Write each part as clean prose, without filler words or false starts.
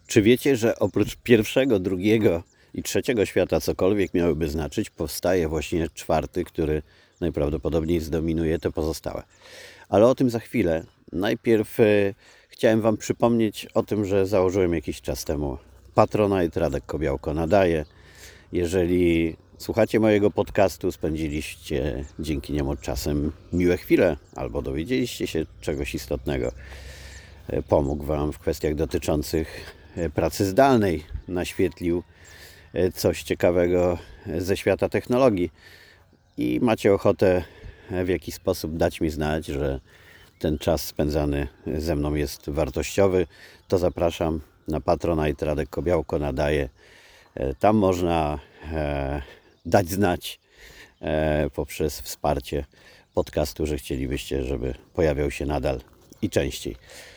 Czy wiecie, że oprócz pierwszego, drugiego i trzeciego świata, cokolwiek miałyby znaczyć, powstaje właśnie czwarty, który najprawdopodobniej zdominuje te pozostałe. Ale o tym za chwilę. Najpierw chciałem Wam przypomnieć o tym, że założyłem jakiś czas temu Patronite, Radek Kobiałko nadaje. Jeżeli słuchacie mojego podcastu, spędziliście dzięki niemu czasem miłe chwile albo dowiedzieliście się czegoś istotnego, pomógł Wam w kwestiach dotyczących pracy zdalnej, naświetlił coś ciekawego ze świata technologii i macie ochotę w jakiś sposób dać mi znać, że ten czas spędzany ze mną jest wartościowy, to zapraszam na Patronite, Radek Kobiałko nadaje. Tam można dać znać poprzez wsparcie podcastu, że chcielibyście, żeby pojawiał się nadal i częściej.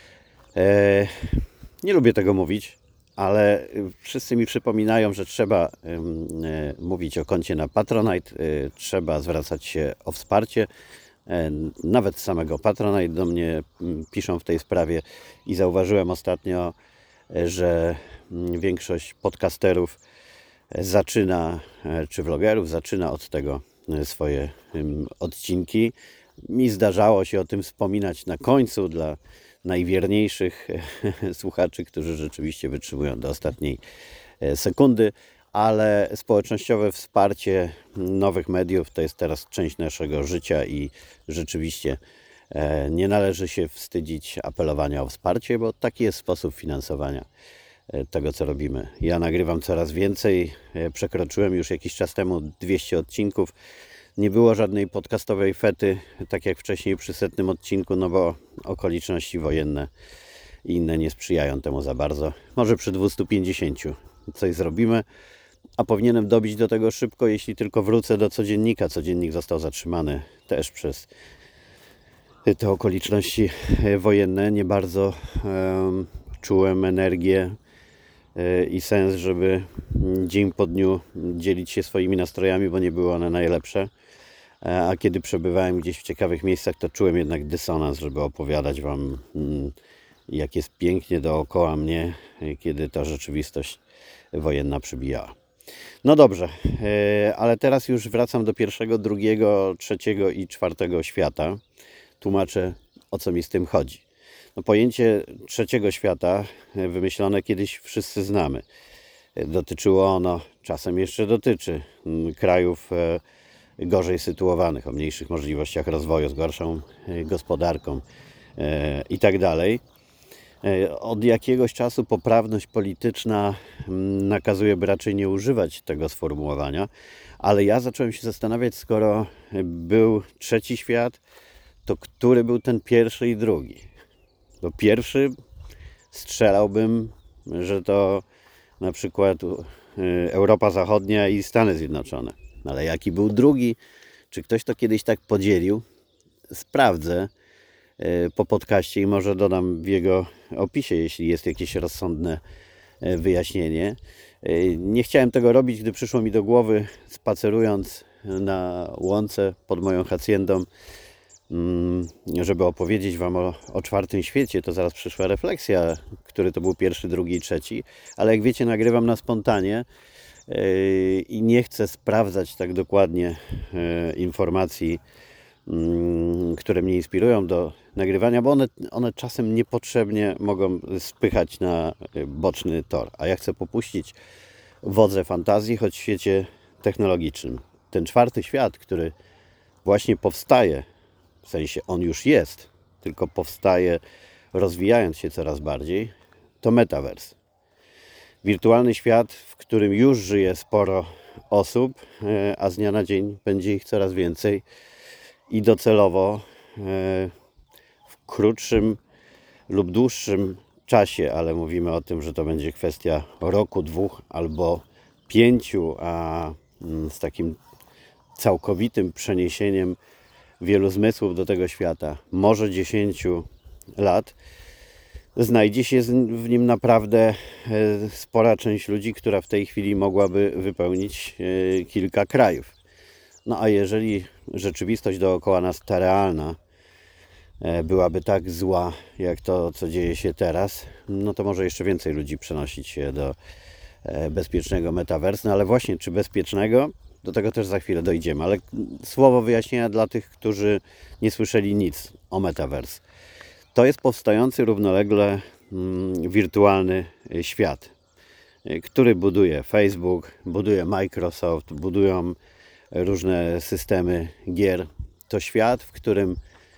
Nie lubię tego mówić, ale wszyscy mi przypominają, że trzeba mówić o koncie na Patronite, trzeba zwracać się o wsparcie. Nawet z samego Patronite do mnie piszą w tej sprawie i zauważyłem ostatnio, że większość podcasterów zaczyna, czy vlogerów zaczyna od tego swoje odcinki. Mi zdarzało się o tym wspominać na końcu dla najwierniejszych słuchaczy, którzy rzeczywiście wytrzymują do ostatniej sekundy, ale społecznościowe wsparcie nowych mediów to jest teraz część naszego życia i rzeczywiście nie należy się wstydzić apelowania o wsparcie, bo taki jest sposób finansowania tego, co robimy. Ja nagrywam coraz więcej, przekroczyłem już jakiś czas temu 200 odcinków. Nie było żadnej podcastowej fety, tak jak wcześniej przy 100 odcinku, no bo okoliczności wojenne i inne nie sprzyjają temu za bardzo. Może przy 250 coś zrobimy, a powinienem dobić do tego szybko, jeśli tylko wrócę do codziennika. Codziennik został zatrzymany też przez te okoliczności wojenne. Nie bardzo czułem energię i sens, żeby dzień po dniu dzielić się swoimi nastrojami, bo nie były one najlepsze. A kiedy przebywałem gdzieś w ciekawych miejscach, to czułem jednak dysonans, żeby opowiadać Wam, jak jest pięknie dookoła mnie, kiedy ta rzeczywistość wojenna przybijała. No dobrze, ale teraz już wracam do pierwszego, drugiego, trzeciego i czwartego świata. Tłumaczę, o co mi z tym chodzi. No, pojęcie trzeciego świata, wymyślone kiedyś, wszyscy znamy. Dotyczyło ono, czasem jeszcze dotyczy, krajów gorzej sytuowanych, o mniejszych możliwościach rozwoju, z gorszą gospodarką i tak dalej. Od jakiegoś czasu poprawność polityczna nakazuje, by raczej nie używać tego sformułowania, ale ja zacząłem się zastanawiać, skoro był trzeci świat, to który był ten pierwszy i drugi? Bo pierwszy strzelałbym, że to na przykład Europa Zachodnia i Stany Zjednoczone. Ale jaki był drugi? Czy ktoś to kiedyś tak podzielił? Sprawdzę po podcaście i może dodam w jego opisie, jeśli jest jakieś rozsądne wyjaśnienie. Nie chciałem tego robić, gdy przyszło mi do głowy, spacerując na łące pod moją haciendą, żeby opowiedzieć Wam o czwartym świecie. To zaraz przyszła refleksja, który to był pierwszy, drugi i trzeci. Ale jak wiecie, nagrywam na spontanie i nie chcę sprawdzać tak dokładnie informacji, które mnie inspirują do nagrywania, bo one czasem niepotrzebnie mogą spychać na boczny tor. A ja chcę popuścić wodze fantazji, choć w świecie technologicznym. Ten czwarty świat, który właśnie powstaje, w sensie on już jest, tylko powstaje, rozwijając się coraz bardziej, to Metaverse. Wirtualny świat, w którym już żyje sporo osób, a z dnia na dzień będzie ich coraz więcej i docelowo w krótszym lub dłuższym czasie, ale mówimy o tym, że to będzie kwestia roku, 2 albo 5, a z takim całkowitym przeniesieniem wielu zmysłów do tego świata, może 10 lat, znajdzie się w nim naprawdę spora część ludzi, która w tej chwili mogłaby wypełnić kilka krajów. No a jeżeli rzeczywistość dookoła nas, ta realna, byłaby tak zła, jak to, co dzieje się teraz, no to może jeszcze więcej ludzi przenosić się do bezpiecznego metaverse. No ale właśnie, czy bezpiecznego? Do tego też za chwilę dojdziemy, ale słowo wyjaśnienia dla tych, którzy nie słyszeli nic o metaverse. To jest powstający równolegle wirtualny świat, który buduje Facebook, buduje Microsoft, budują różne systemy gier. To świat, w którym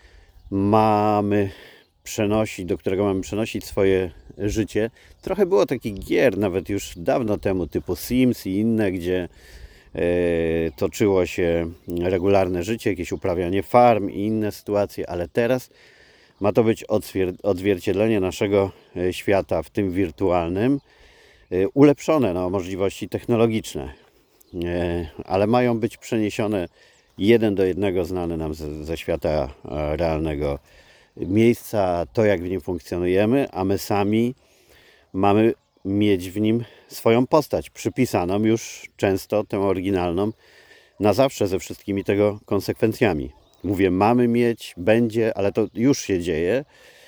do którego mamy przenosić swoje życie. Trochę było takich gier, nawet już dawno temu, typu Sims i inne, gdzie toczyło się regularne życie, jakieś uprawianie farm i inne sytuacje, ale teraz ma to być odzwierciedlenie naszego świata, w tym wirtualnym, ulepszone na możliwości technologiczne, ale mają być przeniesione 1:1 znane nam ze świata realnego miejsca, to jak w nim funkcjonujemy, a my sami mamy mieć w nim swoją postać, przypisaną już często, tę oryginalną, na zawsze, ze wszystkimi tego konsekwencjami. Mówię, mamy mieć, będzie, ale to już się dzieje,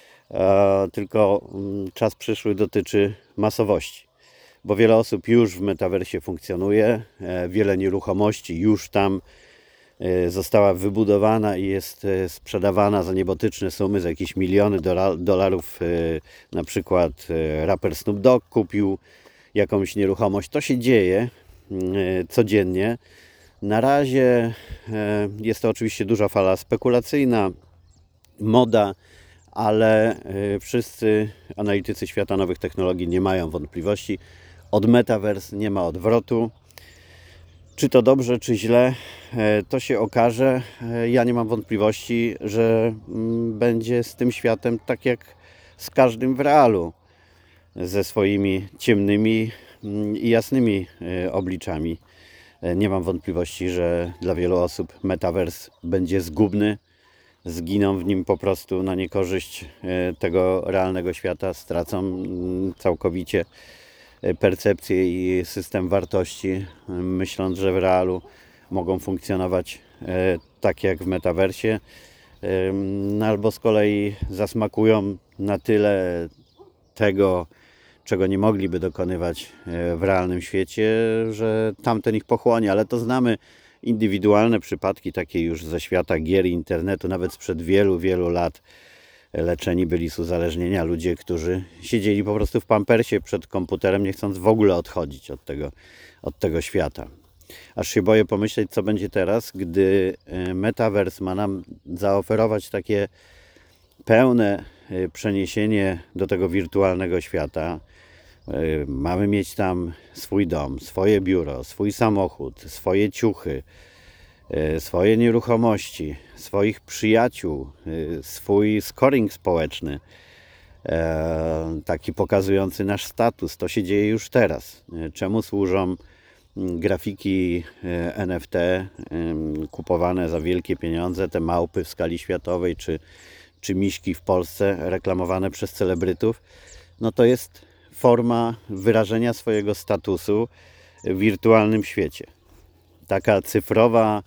tylko czas przyszły dotyczy masowości, bo wiele osób już w metaversie funkcjonuje, wiele nieruchomości już tam została wybudowana i jest sprzedawana za niebotyczne sumy, za jakieś miliony dolarów. Na przykład raper Snoop Dogg kupił jakąś nieruchomość. To się dzieje codziennie. Na razie jest to oczywiście duża fala spekulacyjna, moda, ale wszyscy analitycy świata nowych technologii nie mają wątpliwości. Od metaverse nie ma odwrotu. Czy to dobrze, czy źle, to się okaże. Ja nie mam wątpliwości, że będzie z tym światem tak jak z każdym w realu, ze swoimi ciemnymi i jasnymi obliczami. Nie mam wątpliwości, że dla wielu osób metaverse będzie zgubny, zginą w nim po prostu na niekorzyść tego realnego świata, stracą całkowicie percepcję i system wartości, myśląc, że w realu mogą funkcjonować tak jak w metaversie, albo z kolei zasmakują na tyle tego, czego nie mogliby dokonywać w realnym świecie, że tamten ich pochłonie, ale to znamy indywidualne przypadki takie już ze świata gier i internetu, nawet sprzed wielu, wielu lat. Leczeni byli z uzależnienia ludzie, którzy siedzieli po prostu w pampersie przed komputerem, nie chcąc w ogóle odchodzić od tego świata. Aż się boję pomyśleć, co będzie teraz, gdy metaverse ma nam zaoferować takie pełne przeniesienie do tego wirtualnego świata. Mamy mieć tam swój dom, swoje biuro, swój samochód, swoje ciuchy, swoje nieruchomości, swoich przyjaciół, swój scoring społeczny, taki pokazujący nasz status. To się dzieje już teraz. Czemu służą grafiki NFT kupowane za wielkie pieniądze, te małpy w skali światowej, czy miśki w Polsce reklamowane przez celebrytów? No to jest forma wyrażenia swojego statusu w wirtualnym świecie. Taka cyfrowa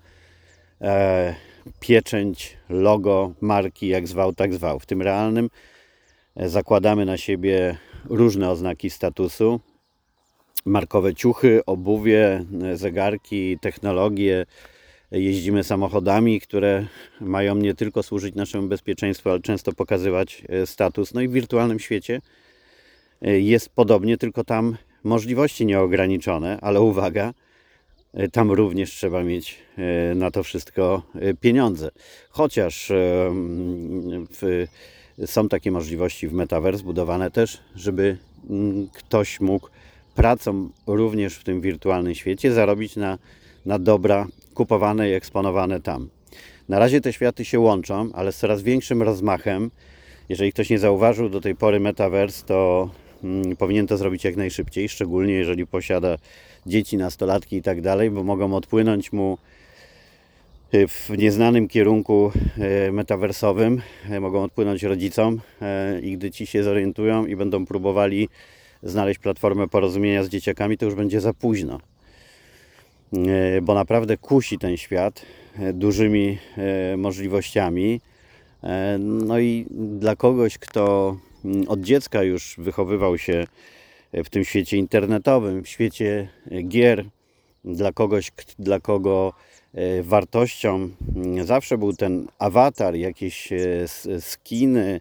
pieczęć, logo marki, jak zwał, tak zwał. W tym realnym zakładamy na siebie różne oznaki statusu, markowe ciuchy, obuwie, zegarki, technologie. Jeździmy samochodami, które mają nie tylko służyć naszemu bezpieczeństwu, ale często pokazywać status. No i w wirtualnym świecie jest podobnie, tylko tam możliwości nieograniczone, ale uwaga, tam również trzeba mieć na to wszystko pieniądze. Chociaż są takie możliwości w metaverse budowane też, żeby ktoś mógł pracą również w tym wirtualnym świecie zarobić na dobra kupowane i eksponowane tam. Na razie te światy się łączą, ale z coraz większym rozmachem. Jeżeli ktoś nie zauważył do tej pory metaverse, to powinien to zrobić jak najszybciej, szczególnie jeżeli posiada dzieci, nastolatki i tak dalej, bo mogą odpłynąć mu w nieznanym kierunku metaversowym, mogą odpłynąć rodzicom i gdy ci się zorientują i będą próbowali znaleźć platformę porozumienia z dzieciakami, to już będzie za późno. Bo naprawdę kusi ten świat dużymi możliwościami, No i dla kogoś, kto od dziecka już wychowywał się w tym świecie internetowym, w świecie gier, dla kogoś, dla kogo wartością zawsze był ten awatar, jakieś skiny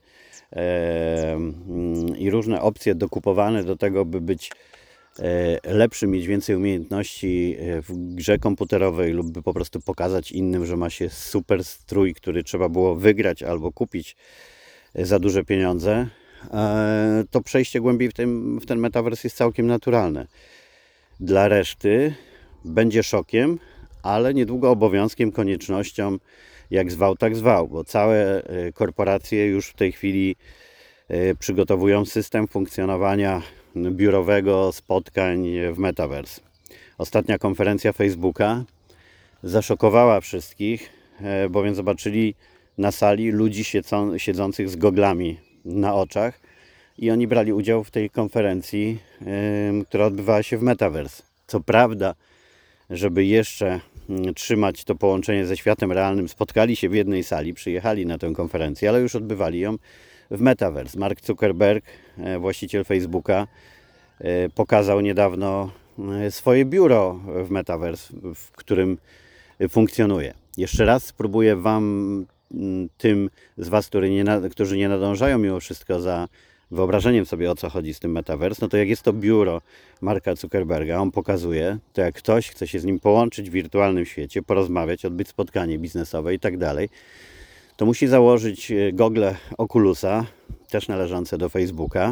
i różne opcje dokupowane do tego, by być lepszy, mieć więcej umiejętności w grze komputerowej lub by po prostu pokazać innym, że ma się super strój, który trzeba było wygrać albo kupić za duże pieniądze, to przejście głębiej w ten metavers jest całkiem naturalne. Dla reszty będzie szokiem, ale niedługo obowiązkiem, koniecznością, jak zwał, tak zwał, bo całe korporacje już w tej chwili przygotowują system funkcjonowania biurowego spotkań w Metaverse. Ostatnia konferencja Facebooka zaszokowała wszystkich, bowiem zobaczyli na sali ludzi siedzących z goglami na oczach i oni brali udział w tej konferencji, która odbywała się w Metaverse. Co prawda, żeby jeszcze trzymać to połączenie ze światem realnym, spotkali się w jednej sali, przyjechali na tę konferencję, ale już odbywali ją w Metaverse. Mark Zuckerberg, właściciel Facebooka, pokazał niedawno swoje biuro w Metaverse, w którym funkcjonuje. Jeszcze raz spróbuję Wam, tym z Was, którzy nie nadążają mimo wszystko za wyobrażeniem sobie, o co chodzi z tym Metaverse, no to jak jest to biuro Marka Zuckerberga, on pokazuje, to jak ktoś chce się z nim połączyć w wirtualnym świecie, porozmawiać, odbyć spotkanie biznesowe i tak dalej, to musi założyć gogle Oculusa, też należące do Facebooka,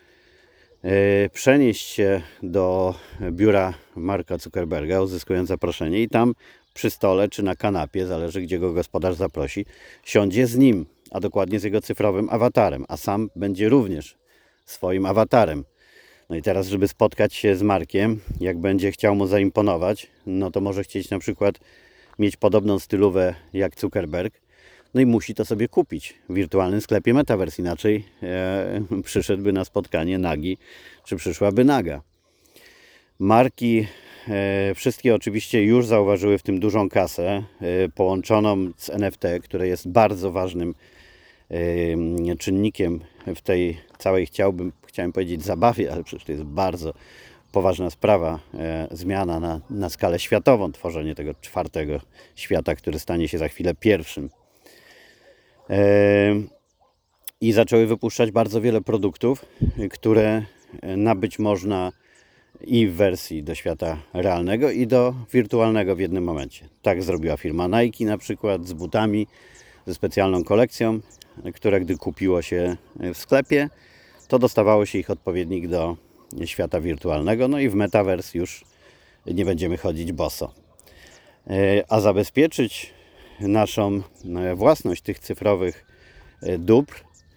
przenieść się do biura Marka Zuckerberga, uzyskując zaproszenie i tam przy stole czy na kanapie, zależy gdzie go gospodarz zaprosi, siądzie z nim, a dokładnie z jego cyfrowym awatarem, a sam będzie również swoim awatarem. No i teraz, żeby spotkać się z Markiem, jak będzie chciał mu zaimponować, no to może chcieć na przykład mieć podobną stylówę jak Zuckerberg, no i musi to sobie kupić w wirtualnym sklepie Metaverse, inaczej przyszedłby na spotkanie nagi, czy przyszłaby naga. Marki wszystkie oczywiście już zauważyły w tym dużą kasę połączoną z NFT, które jest bardzo ważnym czynnikiem w tej całej, chciałem powiedzieć zabawie, ale przecież to jest bardzo poważna sprawa, zmiana na skalę światową, tworzenie tego czwartego świata, który stanie się za chwilę pierwszym. I zaczęły wypuszczać bardzo wiele produktów, które nabyć można i w wersji do świata realnego, i do wirtualnego w jednym momencie. Tak zrobiła firma Nike na przykład z butami, ze specjalną kolekcją, które gdy kupiło się w sklepie, to dostawało się ich odpowiednik do świata wirtualnego, no i w Metaverse już nie będziemy chodzić boso. A zabezpieczyć naszą własność tych cyfrowych dóbr,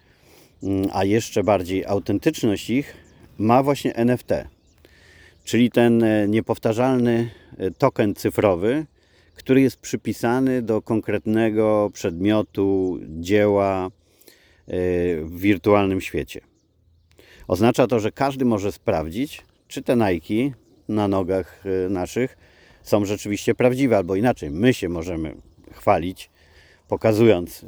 a jeszcze bardziej autentyczność ich, ma właśnie NFT. Czyli ten niepowtarzalny token cyfrowy, który jest przypisany do konkretnego przedmiotu, dzieła w wirtualnym świecie. Oznacza to, że każdy może sprawdzić, czy te Nike na nogach naszych są rzeczywiście prawdziwe, albo inaczej, my się możemy chwalić, pokazując,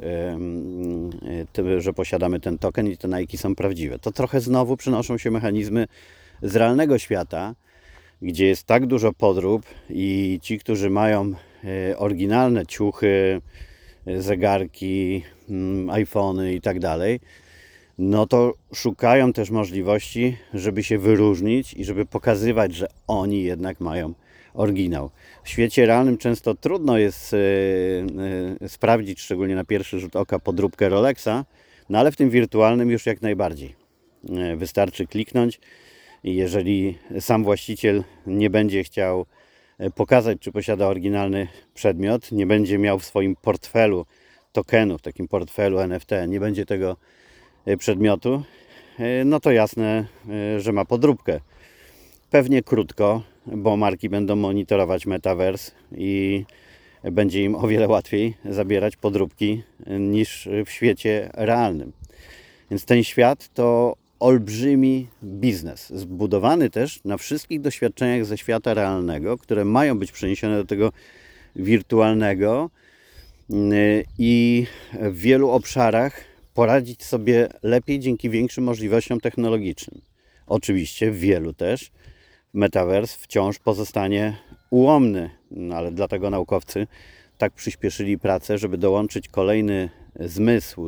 że posiadamy ten token i te Nike są prawdziwe. To trochę znowu przenoszą się mechanizmy z realnego świata, gdzie jest tak dużo podrób i ci, którzy mają oryginalne ciuchy, zegarki, iPhony i tak dalej, no to szukają też możliwości, żeby się wyróżnić i żeby pokazywać, że oni jednak mają oryginał. W świecie realnym często trudno jest sprawdzić, szczególnie na pierwszy rzut oka, podróbkę Rolexa, no ale w tym wirtualnym już jak najbardziej. Wystarczy kliknąć i jeżeli sam właściciel nie będzie chciał pokazać, czy posiada oryginalny przedmiot, nie będzie miał w swoim portfelu tokenów, takim portfelu NFT, nie będzie tego przedmiotu, no to jasne, że ma podróbkę. Pewnie krótko, bo marki będą monitorować Metaverse i będzie im o wiele łatwiej zabierać podróbki niż w świecie realnym. Więc ten świat to olbrzymi biznes, zbudowany też na wszystkich doświadczeniach ze świata realnego, które mają być przeniesione do tego wirtualnego i w wielu obszarach poradzić sobie lepiej dzięki większym możliwościom technologicznym. Oczywiście w wielu też Metaverse wciąż pozostanie ułomny, ale dlatego naukowcy tak przyspieszyli pracę, żeby dołączyć kolejny zmysł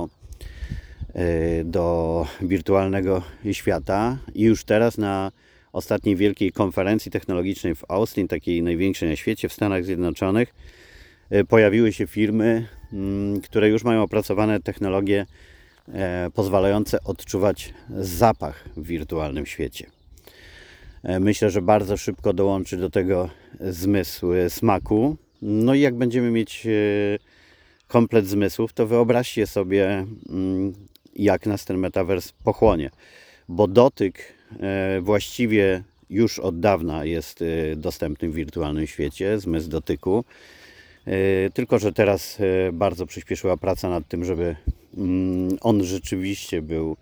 do wirtualnego świata i już teraz na ostatniej wielkiej konferencji technologicznej w Austin, takiej największej na świecie w Stanach Zjednoczonych, pojawiły się firmy, które już mają opracowane technologie pozwalające odczuwać zapach w wirtualnym świecie. Myślę, że bardzo szybko dołączy do tego zmysł smaku. No i jak będziemy mieć komplet zmysłów, to wyobraźcie sobie, jak nas ten Metaverse pochłonie. Bo dotyk właściwie już od dawna jest dostępny w wirtualnym świecie, zmysł dotyku. Tylko że teraz bardzo przyspieszyła praca nad tym, żeby on rzeczywiście był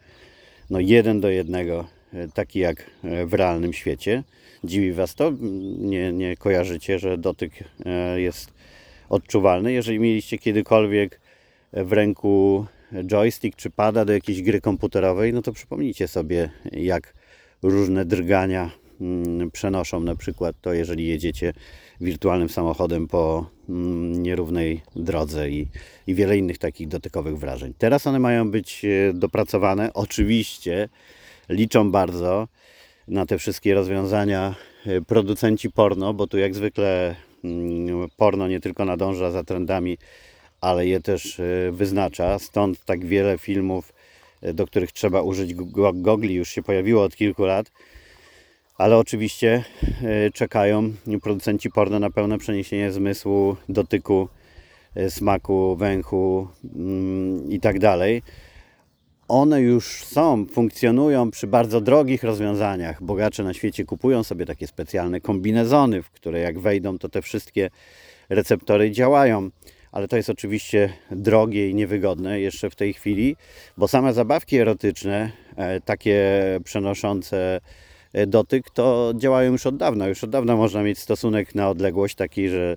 1:1 taki jak w realnym świecie. Dziwi Was to? Nie kojarzycie, że dotyk jest odczuwalny? Jeżeli mieliście kiedykolwiek w ręku joystick czy pada do jakiejś gry komputerowej, no to przypomnijcie sobie, jak różne drgania przenoszą na przykład to, jeżeli jedziecie wirtualnym samochodem po nierównej drodze i wiele innych takich dotykowych wrażeń. Teraz one mają być dopracowane. Oczywiście liczą bardzo na te wszystkie rozwiązania producenci porno, bo tu jak zwykle porno nie tylko nadąża za trendami, ale je też wyznacza. Stąd tak wiele filmów, do których trzeba użyć gogli, już się pojawiło od kilku lat. Ale oczywiście czekają producenci porno na pełne przeniesienie zmysłu dotyku, smaku, węchu i tak dalej. One już funkcjonują przy bardzo drogich rozwiązaniach. Bogacze na świecie kupują sobie takie specjalne kombinezony, w które jak wejdą, to te wszystkie receptory działają. Ale to jest oczywiście drogie i niewygodne jeszcze w tej chwili, bo same zabawki erotyczne, takie przenoszące dotyk, to działają już od dawna. Już od dawna można mieć stosunek na odległość taki, że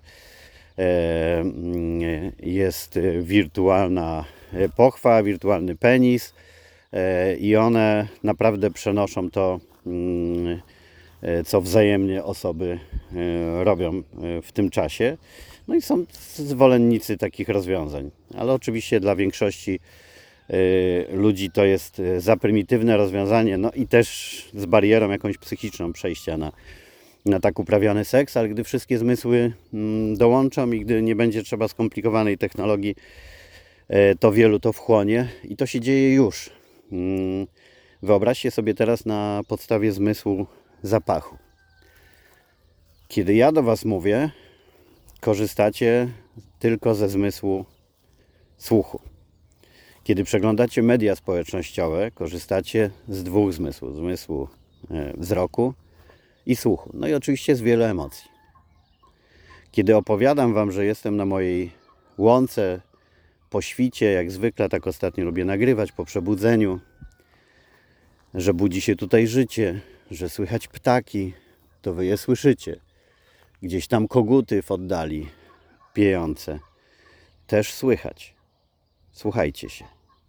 jest wirtualna pochwa, wirtualny penis i one naprawdę przenoszą to, co wzajemnie osoby robią w tym czasie. No i są zwolennicy takich rozwiązań, ale oczywiście dla większości ludzi to jest za prymitywne rozwiązanie, no i też z barierą jakąś psychiczną przejścia na tak uprawiany seks, ale gdy wszystkie zmysły dołączą i gdy nie będzie trzeba skomplikowanej technologii, to wielu to wchłonie i to się dzieje już. Wyobraźcie sobie teraz na podstawie zmysłu zapachu. Kiedy ja do Was mówię, korzystacie tylko ze zmysłu słuchu. Kiedy przeglądacie media społecznościowe, korzystacie z dwóch zmysłów. Zmysłu wzroku i słuchu. No i oczywiście z wielu emocji. Kiedy opowiadam Wam, że jestem na mojej łące po świcie, jak zwykle, tak ostatnio lubię nagrywać po przebudzeniu, że budzi się tutaj życie, że słychać ptaki, to Wy je słyszycie. Gdzieś tam koguty w oddali piejące też słychać. Słuchajcie się.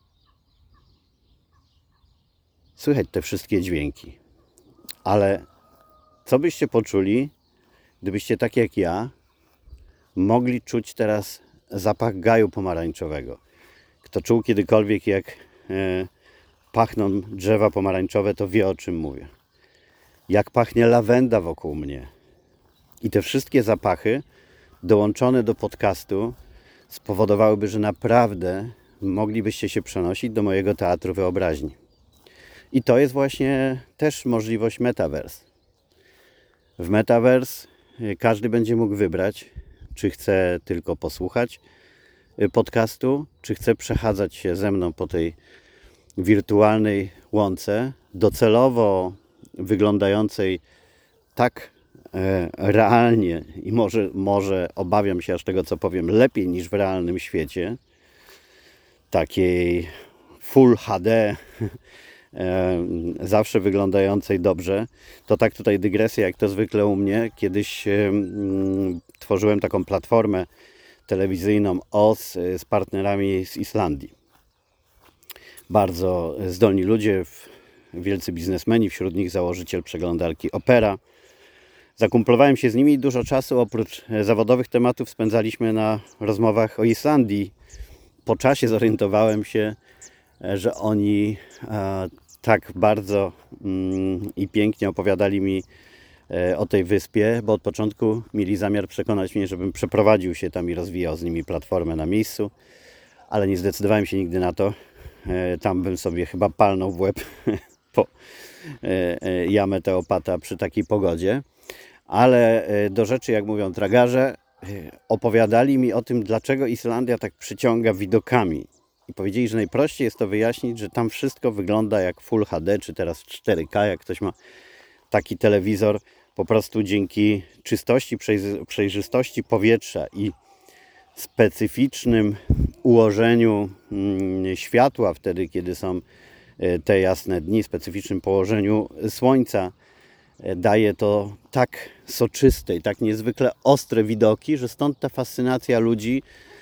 Słychać te wszystkie dźwięki. Ale co byście poczuli, gdybyście tak jak ja mogli czuć teraz zapach gaju pomarańczowego? Kto czuł kiedykolwiek, jak pachną drzewa pomarańczowe, to wie, o czym mówię. Jak pachnie lawenda wokół mnie. I te wszystkie zapachy dołączone do podcastu spowodowałyby, że naprawdę moglibyście się przenosić do mojego teatru wyobraźni. I to jest właśnie też możliwość Metaverse. W Metaverse każdy będzie mógł wybrać, czy chce tylko posłuchać podcastu, czy chce przechadzać się ze mną po tej wirtualnej łące, docelowo wyglądającej tak realnie i może obawiam się aż tego, co powiem, lepiej niż w realnym świecie, takiej Full HD, zawsze wyglądającej dobrze. To tak tutaj dygresja, jak to zwykle u mnie. Kiedyś tworzyłem taką platformę telewizyjną OZ z partnerami z Islandii. Bardzo zdolni ludzie, wielcy biznesmeni, wśród nich założyciel przeglądarki Opera. Zakumplowałem się z nimi i dużo czasu oprócz zawodowych tematów spędzaliśmy na rozmowach o Islandii. Po czasie zorientowałem się, że oni tak bardzo i pięknie opowiadali mi o tej wyspie, bo od początku mieli zamiar przekonać mnie, żebym przeprowadził się tam i rozwijał z nimi platformę na miejscu, ale nie zdecydowałem się nigdy na to. Tam bym sobie chyba palnął w łeb po jamę Teopata przy takiej pogodzie. Ale do rzeczy, jak mówią tragarze, opowiadali mi o tym, dlaczego Islandia tak przyciąga widokami. I powiedzieli, że najprościej jest to wyjaśnić, że tam wszystko wygląda jak Full HD, czy teraz 4K, jak ktoś ma taki telewizor, po prostu dzięki czystości, przejrzystości powietrza i specyficznym ułożeniu światła wtedy, kiedy są te jasne dni, specyficznym położeniu słońca, daje to tak soczyste i tak niezwykle ostre widoki, że stąd ta fascynacja ludzi,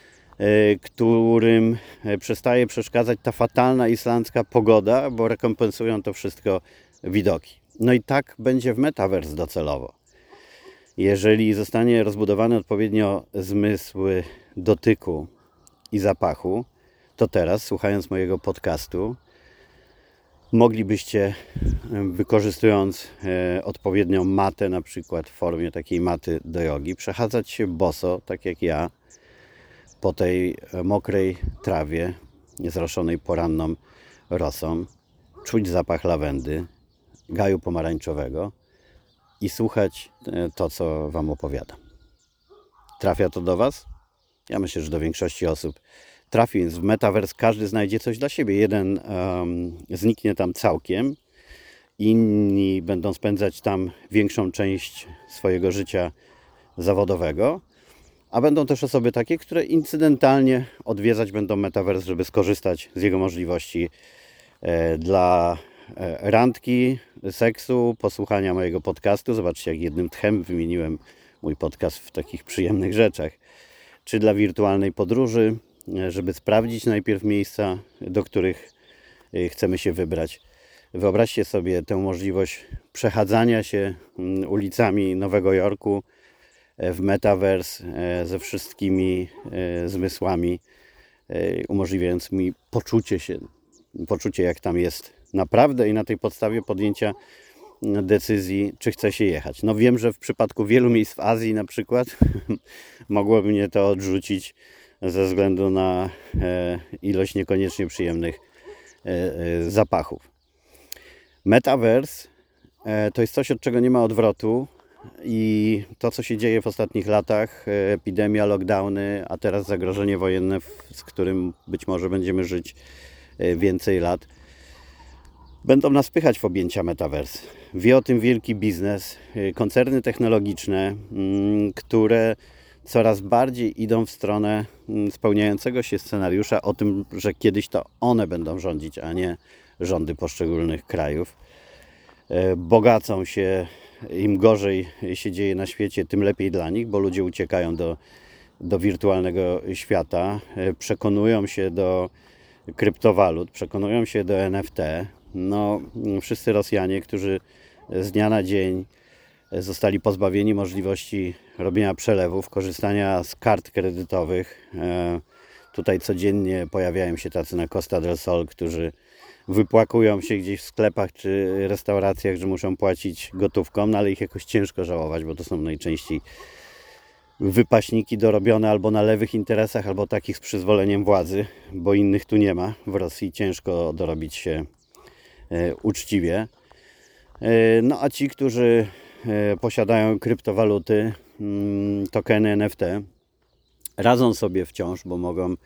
którym przestaje przeszkadzać ta fatalna islandzka pogoda, bo rekompensują to wszystko widoki. No i tak będzie w Metaverse docelowo. Jeżeli zostanie rozbudowany odpowiednio zmysł dotyku i zapachu, to teraz, słuchając mojego podcastu, moglibyście, wykorzystując odpowiednią matę, na przykład w formie takiej maty do jogi, przechadzać się boso, tak jak ja, po tej mokrej trawie, zroszonej poranną rosą, czuć zapach lawendy, gaju pomarańczowego i słuchać to, co Wam opowiadam. Trafia to do Was? Ja myślę, że do większości osób trafi, więc w Metaverse każdy znajdzie coś dla siebie. Jeden zniknie tam całkiem, inni będą spędzać tam większą część swojego życia zawodowego, a będą też osoby takie, które incydentalnie odwiedzać będą Metaverse, żeby skorzystać z jego możliwości dla randki, seksu, posłuchania mojego podcastu. Zobaczcie, jak jednym tchem wymieniłem mój podcast w takich przyjemnych rzeczach. Czy dla wirtualnej podróży, żeby sprawdzić najpierw miejsca, do których chcemy się wybrać. Wyobraźcie sobie tę możliwość przechadzania się ulicami Nowego Jorku w Metaverse ze wszystkimi zmysłami, umożliwiając mi poczucie jak tam jest naprawdę i na tej podstawie podjęcia decyzji, czy chce się jechać. No wiem, że w przypadku wielu miejsc w Azji na przykład mogłoby mnie to odrzucić ze względu na ilość niekoniecznie przyjemnych zapachów. Metaverse to jest coś, od czego nie ma odwrotu i to, co się dzieje w ostatnich latach, epidemia, lockdowny, a teraz zagrożenie wojenne, z którym być może będziemy żyć więcej lat, będą nas wpychać w objęcia Metaverse. Wie o tym wielki biznes, koncerny technologiczne, które coraz bardziej idą w stronę spełniającego się scenariusza o tym, że kiedyś to one będą rządzić, a nie rządy poszczególnych krajów. Bogacą się, im gorzej się dzieje na świecie, tym lepiej dla nich, bo ludzie uciekają do wirtualnego świata, przekonują się do kryptowalut, przekonują się do NFT. No, wszyscy Rosjanie, którzy z dnia na dzień zostali pozbawieni możliwości robienia przelewów, korzystania z kart kredytowych. Tutaj codziennie pojawiają się tacy na Costa del Sol, którzy wypłakują się gdzieś w sklepach czy restauracjach, że muszą płacić gotówką, no ale ich jakoś ciężko żałować, bo to są najczęściej wypaśniki dorobione albo na lewych interesach, albo takich z przyzwoleniem władzy, bo innych tu nie ma. W Rosji ciężko dorobić się uczciwie. No a ci, którzy posiadają kryptowaluty, tokeny NFT, radzą sobie wciąż, bo mogą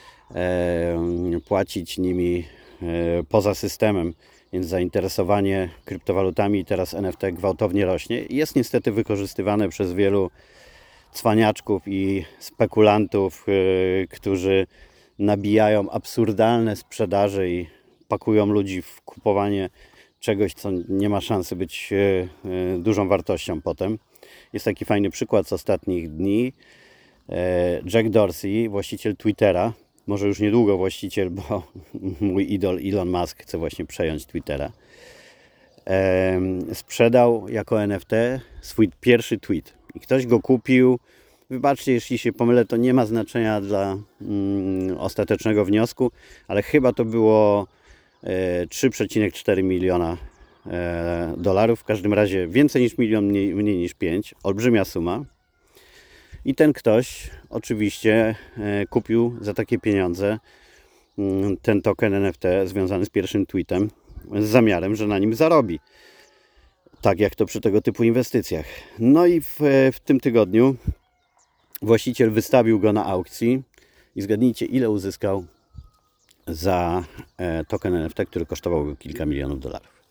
płacić nimi poza systemem, więc zainteresowanie kryptowalutami i teraz NFT gwałtownie rośnie. Jest niestety wykorzystywane przez wielu cwaniaczków i spekulantów, którzy nabijają absurdalne sprzedaże i pakują ludzi w kupowanie czegoś, co nie ma szansy być dużą wartością potem. Jest taki fajny przykład z ostatnich dni. Jack Dorsey, właściciel Twittera, może już niedługo właściciel, bo mój idol Elon Musk chce właśnie przejąć Twittera, sprzedał jako NFT swój pierwszy tweet i ktoś go kupił. Wybaczcie, jeśli się pomylę, to nie ma znaczenia dla ostatecznego wniosku, ale chyba to było 3,4 miliona dolarów, w każdym razie więcej niż milion, mniej niż 5, olbrzymia suma. I ten ktoś oczywiście kupił za takie pieniądze ten token NFT związany z pierwszym tweetem z zamiarem, że na nim zarobi. Tak jak to przy tego typu inwestycjach. No i w tym tygodniu właściciel wystawił go na aukcji i zgadnijcie, ile uzyskał za token NFT, który kosztował go kilka milionów dolarów.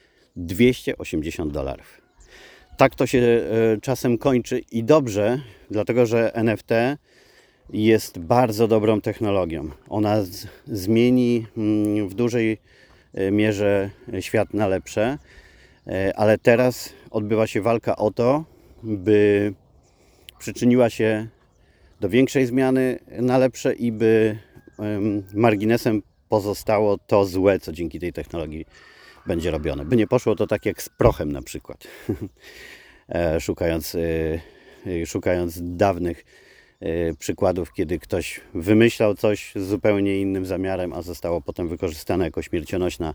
$280. Tak to się czasem kończy i dobrze, dlatego że NFT jest bardzo dobrą technologią. Ona zmieni w dużej mierze świat na lepsze, ale teraz odbywa się walka o to, by przyczyniła się do większej zmiany na lepsze i by marginesem pozostało to złe, co dzięki tej technologii będzie robione. By nie poszło to tak jak z prochem na przykład. Szukając dawnych przykładów, kiedy ktoś wymyślał coś z zupełnie innym zamiarem, a zostało potem wykorzystane jako śmiercionośna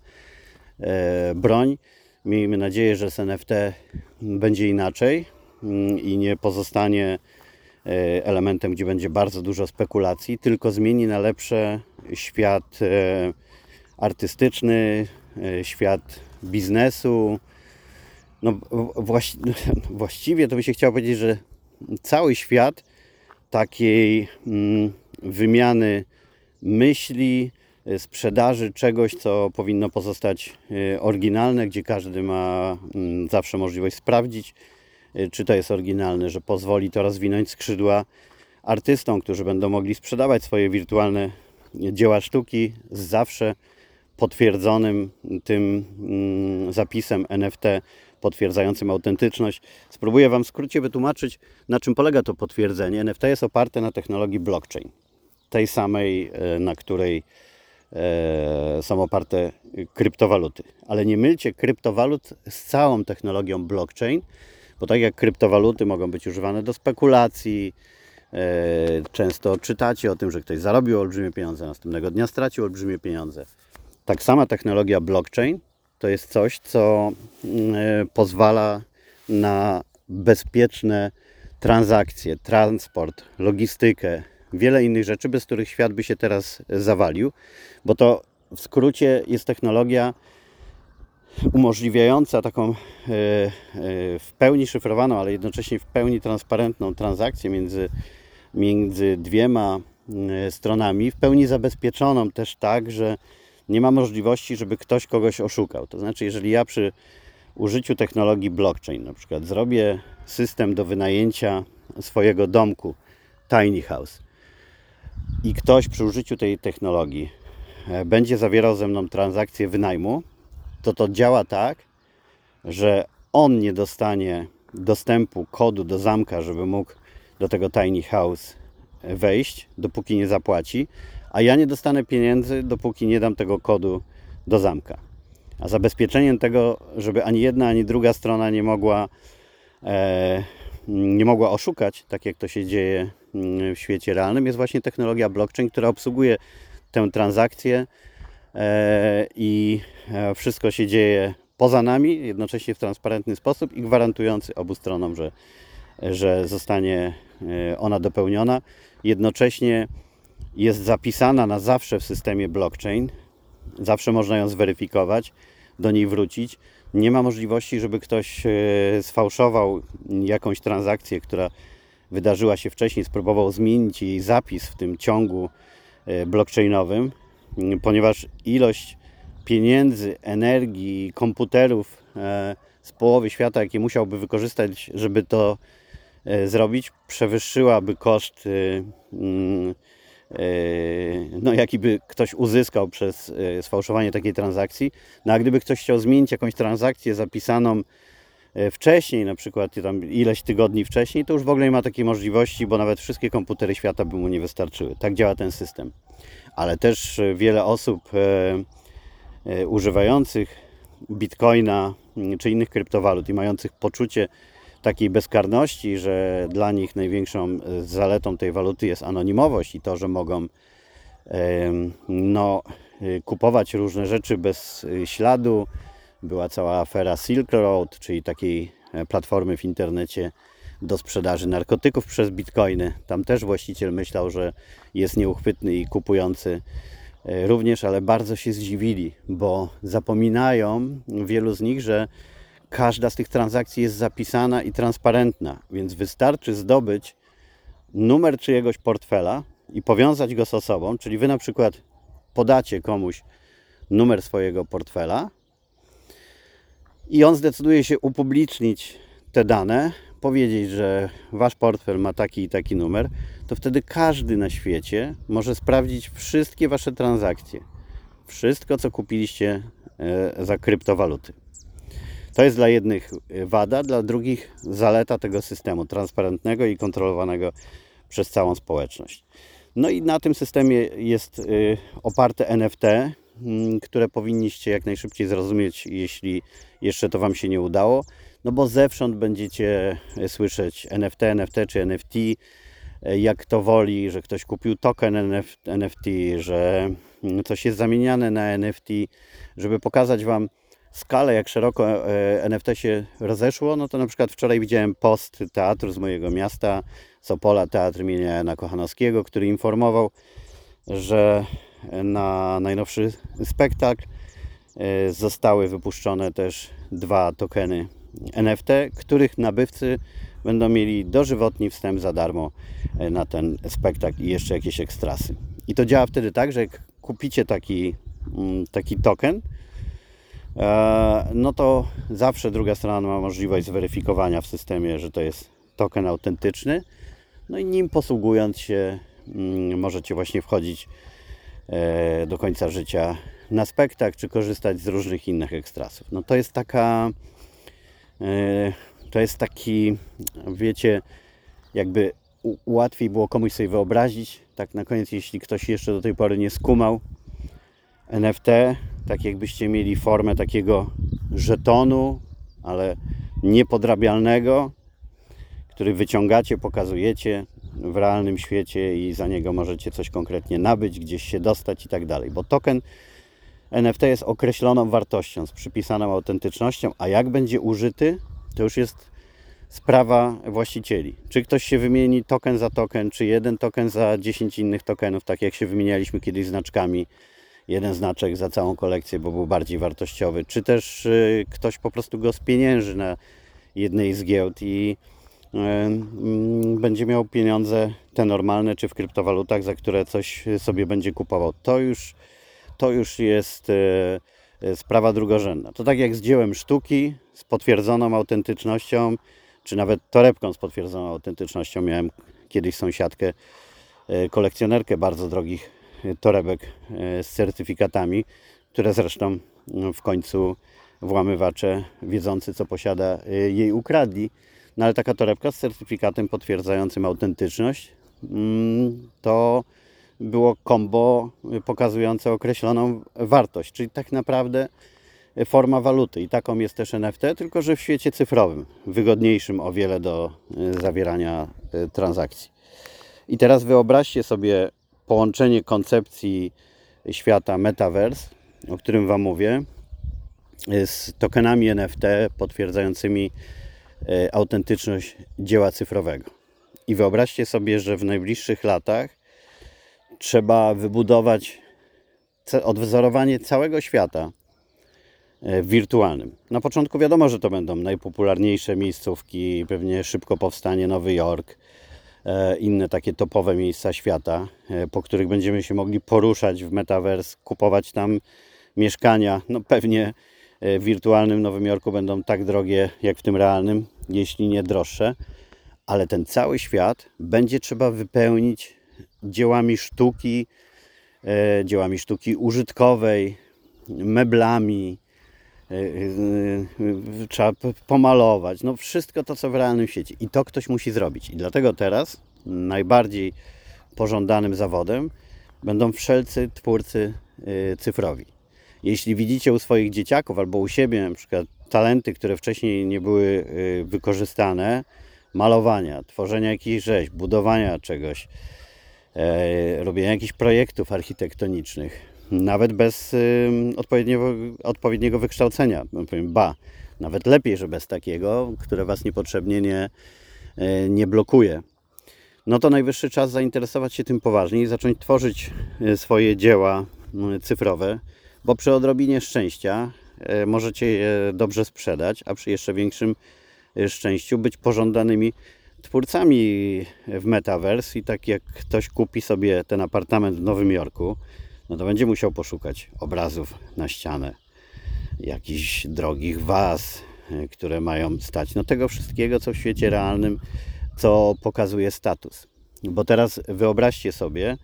broń. Miejmy nadzieję, że z NFT będzie inaczej i nie pozostanie elementem, gdzie będzie bardzo dużo spekulacji, tylko zmieni na lepsze świat artystyczny, świat biznesu. No, właściwie to by się chciało powiedzieć, że cały świat takiej wymiany myśli, sprzedaży czegoś, co powinno pozostać oryginalne, gdzie każdy ma zawsze możliwość sprawdzić, czy to jest oryginalne, że pozwoli to rozwinąć skrzydła artystom, którzy będą mogli sprzedawać swoje wirtualne dzieła sztuki z zawsze potwierdzonym tym zapisem NFT potwierdzającym autentyczność. Spróbuję Wam w skrócie wytłumaczyć, na czym polega to potwierdzenie. NFT jest oparte na technologii blockchain, tej samej, na której są oparte kryptowaluty. Ale nie mylcie kryptowalut z całą technologią blockchain, bo tak jak kryptowaluty mogą być używane do spekulacji, często czytacie o tym, że ktoś zarobił olbrzymie pieniądze, następnego dnia stracił olbrzymie pieniądze. Tak sama technologia blockchain to jest coś, co pozwala na bezpieczne transakcje, transport, logistykę, wiele innych rzeczy, bez których świat by się teraz zawalił, bo to w skrócie jest technologia umożliwiająca taką w pełni szyfrowaną, ale jednocześnie w pełni transparentną transakcję między dwiema stronami, w pełni zabezpieczoną też tak, że nie ma możliwości, żeby ktoś kogoś oszukał. To znaczy, jeżeli ja przy użyciu technologii blockchain na przykład zrobię system do wynajęcia swojego domku, tiny house, i ktoś przy użyciu tej technologii będzie zawierał ze mną transakcję wynajmu, to działa tak, że on nie dostanie dostępu, kodu do zamka, żeby mógł do tego tiny house wejść, dopóki nie zapłaci, a ja nie dostanę pieniędzy, dopóki nie dam tego kodu do zamka. A zabezpieczeniem tego, żeby ani jedna, ani druga strona nie mogła oszukać, tak jak to się dzieje w świecie realnym, jest właśnie technologia blockchain, która obsługuje tę transakcję i wszystko się dzieje poza nami, jednocześnie w transparentny sposób i gwarantujący obu stronom, że zostanie ona dopełniona. Jednocześnie jest zapisana na zawsze w systemie blockchain, zawsze można ją zweryfikować, do niej wrócić. Nie ma możliwości, żeby ktoś sfałszował jakąś transakcję, która wydarzyła się wcześniej, spróbował zmienić jej zapis w tym ciągu blockchainowym, ponieważ ilość pieniędzy, energii, komputerów z połowy świata, jakie musiałby wykorzystać, żeby to zrobić, przewyższyłaby koszt, jaki by ktoś uzyskał przez sfałszowanie takiej transakcji. No a gdyby ktoś chciał zmienić jakąś transakcję zapisaną wcześniej, na przykład tam ileś tygodni wcześniej, to już w ogóle nie ma takiej możliwości, bo nawet wszystkie komputery świata by mu nie wystarczyły. Tak działa ten system. Ale też wiele osób używających Bitcoina czy innych kryptowalut i mających poczucie takiej bezkarności, że dla nich największą zaletą tej waluty jest anonimowość i to, że mogą kupować różne rzeczy bez śladu. Była cała afera Silk Road, czyli takiej platformy w internecie do sprzedaży narkotyków przez bitcoiny. Tam też właściciel myślał, że jest nieuchwytny i kupujący również, ale bardzo się zdziwili, bo zapominają wielu z nich, że każda z tych transakcji jest zapisana i transparentna, więc wystarczy zdobyć numer czyjegoś portfela i powiązać go z osobą, czyli wy na przykład podacie komuś numer swojego portfela i on zdecyduje się upublicznić te dane, powiedzieć, że wasz portfel ma taki i taki numer, to wtedy każdy na świecie może sprawdzić wszystkie wasze transakcje. Wszystko, co kupiliście za kryptowaluty. To jest dla jednych wada, dla drugich zaleta tego systemu transparentnego i kontrolowanego przez całą społeczność. No i na tym systemie jest oparte NFT, które powinniście jak najszybciej zrozumieć, jeśli jeszcze to wam się nie udało. No bo zewsząd będziecie słyszeć NFT czy NFT, jak kto woli, że ktoś kupił token NFT, że coś jest zamieniane na NFT. Żeby pokazać wam skalę, jak szeroko NFT się rozeszło, no to na przykład wczoraj widziałem post teatru z mojego miasta, z Opola, Teatr imienia Jana Kochanowskiego, który informował, że na najnowszy spektakl zostały wypuszczone też 2 tokeny NFT, których nabywcy będą mieli dożywotni wstęp za darmo na ten spektakl i jeszcze jakieś ekstrasy. I to działa wtedy tak, że jak kupicie taki token, no to zawsze druga strona ma możliwość zweryfikowania w systemie, że to jest token autentyczny. No i nim posługując się możecie właśnie wchodzić do końca życia na spektakl, czy korzystać z różnych innych ekstrasów. No to jest taki, wiecie, jakby łatwiej było komuś sobie wyobrazić, tak na koniec, jeśli ktoś jeszcze do tej pory nie skumał, NFT, tak jakbyście mieli formę takiego żetonu, ale niepodrabialnego, który wyciągacie, pokazujecie w realnym świecie i za niego możecie coś konkretnie nabyć, gdzieś się dostać i tak dalej. Bo token NFT jest określoną wartością, z przypisaną autentycznością, a jak będzie użyty, to już jest sprawa właścicieli. Czy ktoś się wymieni token za token, czy jeden token za 10 innych tokenów, tak jak się wymienialiśmy kiedyś znaczkami, jeden znaczek za całą kolekcję, bo był bardziej wartościowy, czy też ktoś po prostu go spienięży na jednej z giełd i będzie miał pieniądze te normalne, czy w kryptowalutach, za które coś sobie będzie kupował. To już jest sprawa drugorzędna. To tak jak z dziełem sztuki, z potwierdzoną autentycznością, czy nawet torebką z potwierdzoną autentycznością. Miałem kiedyś sąsiadkę, kolekcjonerkę bardzo drogich torebek z certyfikatami, które zresztą w końcu włamywacze, wiedzący co posiada, jej ukradli. No ale taka torebka z certyfikatem potwierdzającym autentyczność to było combo pokazujące określoną wartość, czyli tak naprawdę forma waluty. I taką jest też NFT, tylko że w świecie cyfrowym, wygodniejszym o wiele do zawierania transakcji. I teraz wyobraźcie sobie połączenie koncepcji świata Metaverse, o którym wam mówię, z tokenami NFT potwierdzającymi autentyczność dzieła cyfrowego. I wyobraźcie sobie, że w najbliższych latach trzeba wybudować odwzorowanie całego świata wirtualnym. Na początku wiadomo, że to będą najpopularniejsze miejscówki, pewnie szybko powstanie Nowy Jork, inne takie topowe miejsca świata, po których będziemy się mogli poruszać w Metaverse, kupować tam mieszkania. No pewnie w wirtualnym Nowym Jorku będą tak drogie jak w tym realnym, jeśli nie droższe, ale ten cały świat będzie trzeba wypełnić dziełami sztuki użytkowej, meblami, trzeba pomalować, no wszystko to, co w realnym świecie. I to ktoś musi zrobić. I dlatego teraz najbardziej pożądanym zawodem będą wszelcy twórcy cyfrowi. Jeśli widzicie u swoich dzieciaków albo u siebie na przykład talenty, które wcześniej nie były wykorzystane, malowania, tworzenia jakichś rzeźb, budowania czegoś, robienia jakichś projektów architektonicznych, nawet bez odpowiedniego wykształcenia, powiem, nawet lepiej, że bez takiego, które Was niepotrzebnie nie blokuje. No to najwyższy czas zainteresować się tym poważnie i zacząć tworzyć swoje dzieła cyfrowe, bo przy odrobinie szczęścia możecie je dobrze sprzedać, a przy jeszcze większym szczęściu być pożądanymi twórcami w Metaverse. I tak jak ktoś kupi sobie ten apartament w Nowym Jorku, no to będzie musiał poszukać obrazów na ścianę, jakichś drogich waz, które mają stać. No tego wszystkiego, co w świecie realnym, co pokazuje status. Bo teraz wyobraźcie sobie,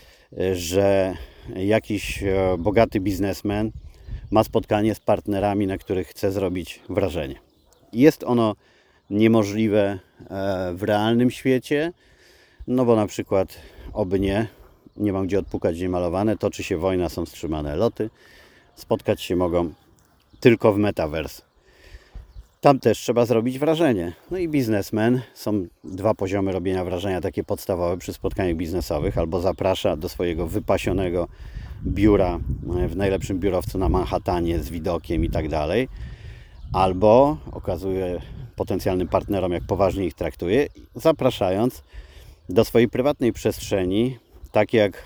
że jakiś bogaty biznesmen ma spotkanie z partnerami, na których chce zrobić wrażenie. Jest ono niemożliwe w realnym świecie, no bo na przykład oby nie mam gdzie odpukać, gdzie malowane, toczy się wojna, są wstrzymane loty, spotkać się mogą tylko w Metaverse. Tam też trzeba zrobić wrażenie. No i biznesmen, są dwa poziomy robienia wrażenia, takie podstawowe przy spotkaniach biznesowych, albo zaprasza do swojego wypasionego biura, w najlepszym biurowcu na Manhattanie z widokiem i tak dalej, albo okazuje potencjalnym partnerom, jak poważnie ich traktuje, zapraszając do swojej prywatnej przestrzeni, tak jak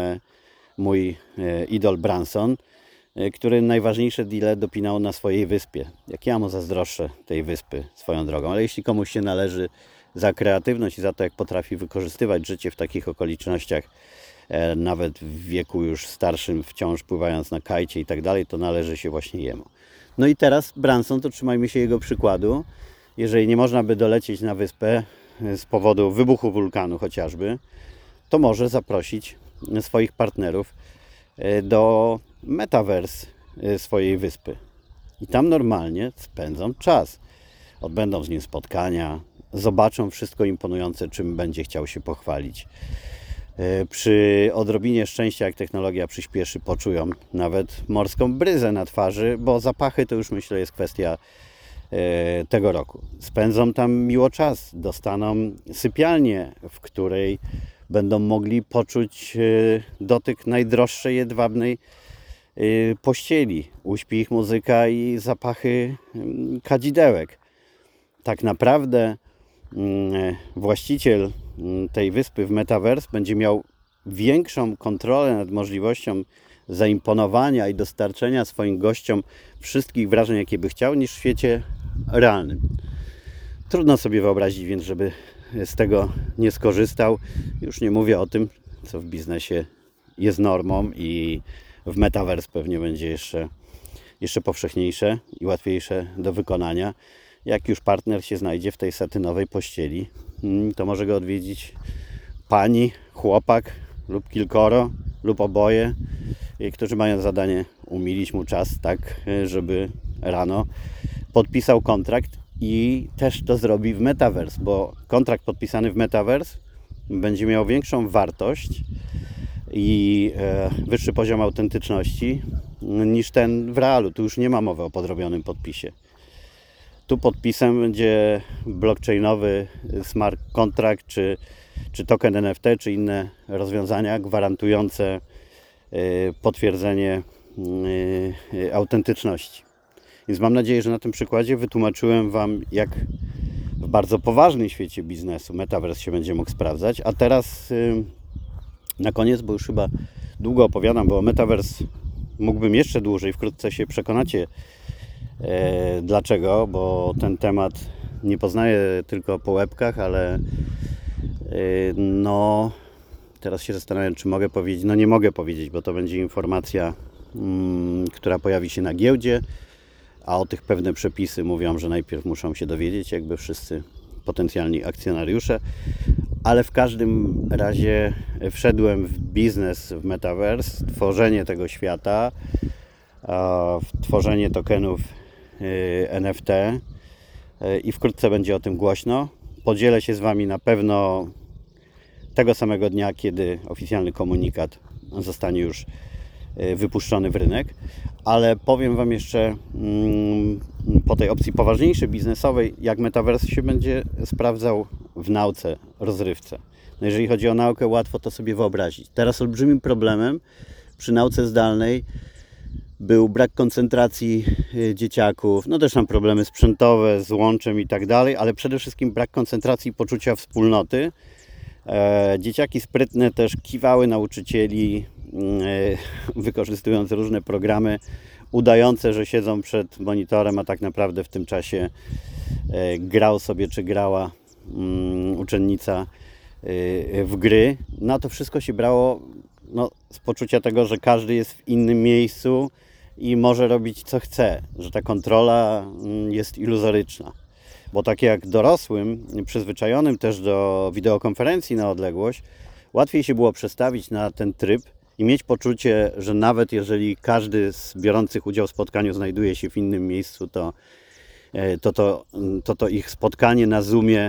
mój idol Branson, który najważniejsze deale dopinał na swojej wyspie. Jak ja mu zazdroszczę tej wyspy swoją drogą, ale jeśli komuś się należy za kreatywność i za to, jak potrafi wykorzystywać życie w takich okolicznościach, nawet w wieku już starszym, wciąż pływając na kajcie i tak dalej, to należy się właśnie jemu. No i teraz Branson, to trzymajmy się jego przykładu. Jeżeli nie można by dolecieć na wyspę z powodu wybuchu wulkanu chociażby, to może zaprosić swoich partnerów do Metaverse swojej wyspy. I tam normalnie spędzą czas. Odbędą z nim spotkania, zobaczą wszystko imponujące, czym będzie chciał się pochwalić. Przy odrobinie szczęścia, jak technologia przyspieszy, poczują nawet morską bryzę na twarzy, bo zapachy to już myślę jest kwestia tego roku. Spędzą tam miło czas, dostaną sypialnię, w której będą mogli poczuć dotyk najdroższej jedwabnej pościeli. Uśpi ich muzyka i zapachy kadzidełek. Tak naprawdę właściciel tej wyspy w Metaverse będzie miał większą kontrolę nad możliwością zaimponowania i dostarczenia swoim gościom wszystkich wrażeń, jakie by chciał, niż w świecie realnym. Trudno sobie wyobrazić więc, żeby z tego nie skorzystał. Już nie mówię o tym, co w biznesie jest normą i w Metaverse pewnie będzie jeszcze powszechniejsze i łatwiejsze do wykonania. Jak już partner się znajdzie w tej satynowej pościeli, to może go odwiedzić pani, chłopak lub kilkoro, lub oboje, którzy mają zadanie umilić mu czas tak, żeby rano podpisał kontrakt i też to zrobi w Metaverse, bo kontrakt podpisany w Metaverse będzie miał większą wartość i wyższy poziom autentyczności niż ten w realu. Tu już nie ma mowy o podrobionym podpisie. Tu podpisem będzie blockchainowy smart contract, czy token NFT, czy inne rozwiązania gwarantujące potwierdzenie autentyczności. Więc mam nadzieję, że na tym przykładzie wytłumaczyłem Wam, jak w bardzo poważnym świecie biznesu Metaverse się będzie mógł sprawdzać. A teraz na koniec, bo już chyba długo opowiadam, bo o Metaverse mógłbym jeszcze dłużej, wkrótce się przekonacie dlaczego, bo ten temat nie poznaję tylko po łebkach, ale no teraz się zastanawiam, czy mogę powiedzieć. No nie mogę powiedzieć, bo to będzie informacja, która pojawi się na giełdzie, a o tych pewne przepisy mówią, że najpierw muszą się dowiedzieć jakby wszyscy potencjalni akcjonariusze, ale w każdym razie wszedłem w biznes w Metaverse, tworzenie tego świata w tworzenie tokenów NFT i wkrótce będzie o tym głośno. Podzielę się z Wami na pewno tego samego dnia, kiedy oficjalny komunikat zostanie już wypuszczony w rynek, ale powiem Wam jeszcze po tej opcji poważniejszej, biznesowej, jak Metaverse się będzie sprawdzał w nauce, rozrywce. No jeżeli chodzi o naukę, łatwo to sobie wyobrazić. Teraz olbrzymim problemem przy nauce zdalnej był brak koncentracji dzieciaków, no też tam problemy sprzętowe z łączem i tak dalej, ale przede wszystkim brak koncentracji i poczucia wspólnoty. Dzieciaki sprytne też kiwały nauczycieli, wykorzystując różne programy, udające, że siedzą przed monitorem, a tak naprawdę w tym czasie grał sobie czy grała uczennica w gry. No to wszystko się brało z poczucia tego, że każdy jest w innym miejscu i może robić co chce, że ta kontrola jest iluzoryczna. Bo tak jak dorosłym, przyzwyczajonym też do wideokonferencji na odległość, łatwiej się było przestawić na ten tryb i mieć poczucie, że nawet jeżeli każdy z biorących udział w spotkaniu znajduje się w innym miejscu, to ich spotkanie na Zoomie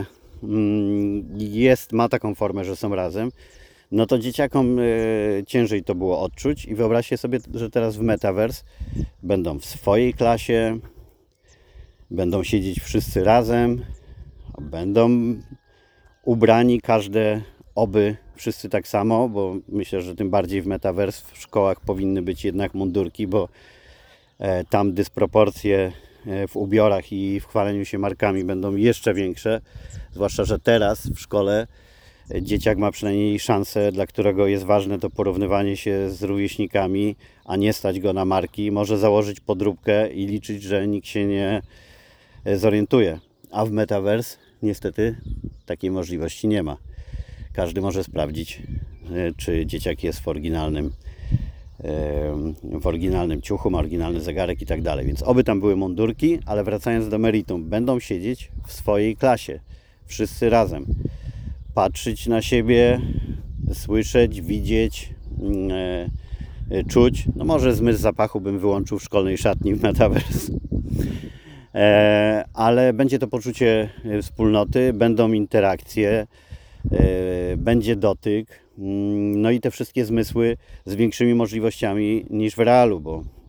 ma taką formę, że są razem. No to dzieciakom ciężej to było odczuć i wyobraźcie sobie, że teraz w Metaverse będą w swojej klasie, będą siedzieć wszyscy razem, będą ubrani, wszyscy tak samo, bo myślę, że tym bardziej w Metaverse w szkołach powinny być jednak mundurki, bo tam dysproporcje w ubiorach i w chwaleniu się markami będą jeszcze większe, zwłaszcza, że teraz w szkole dzieciak ma przynajmniej szansę, dla którego jest ważne to porównywanie się z rówieśnikami, a nie stać go na marki. Może założyć podróbkę i liczyć, że nikt się nie zorientuje. A w Metaverse niestety takiej możliwości nie ma. Każdy może sprawdzić, czy dzieciak jest w oryginalnym ciuchu, ma oryginalny zegarek i tak dalej. Więc oby tam były mundurki, ale wracając do meritum, będą siedzieć w swojej klasie. Wszyscy razem. Patrzeć na siebie, słyszeć, widzieć, czuć. No może zmysł zapachu bym wyłączył w szkolnej szatni w Metaverse. Ale będzie to poczucie wspólnoty, będą interakcje, będzie dotyk, no i te wszystkie zmysły z większymi możliwościami niż w realu,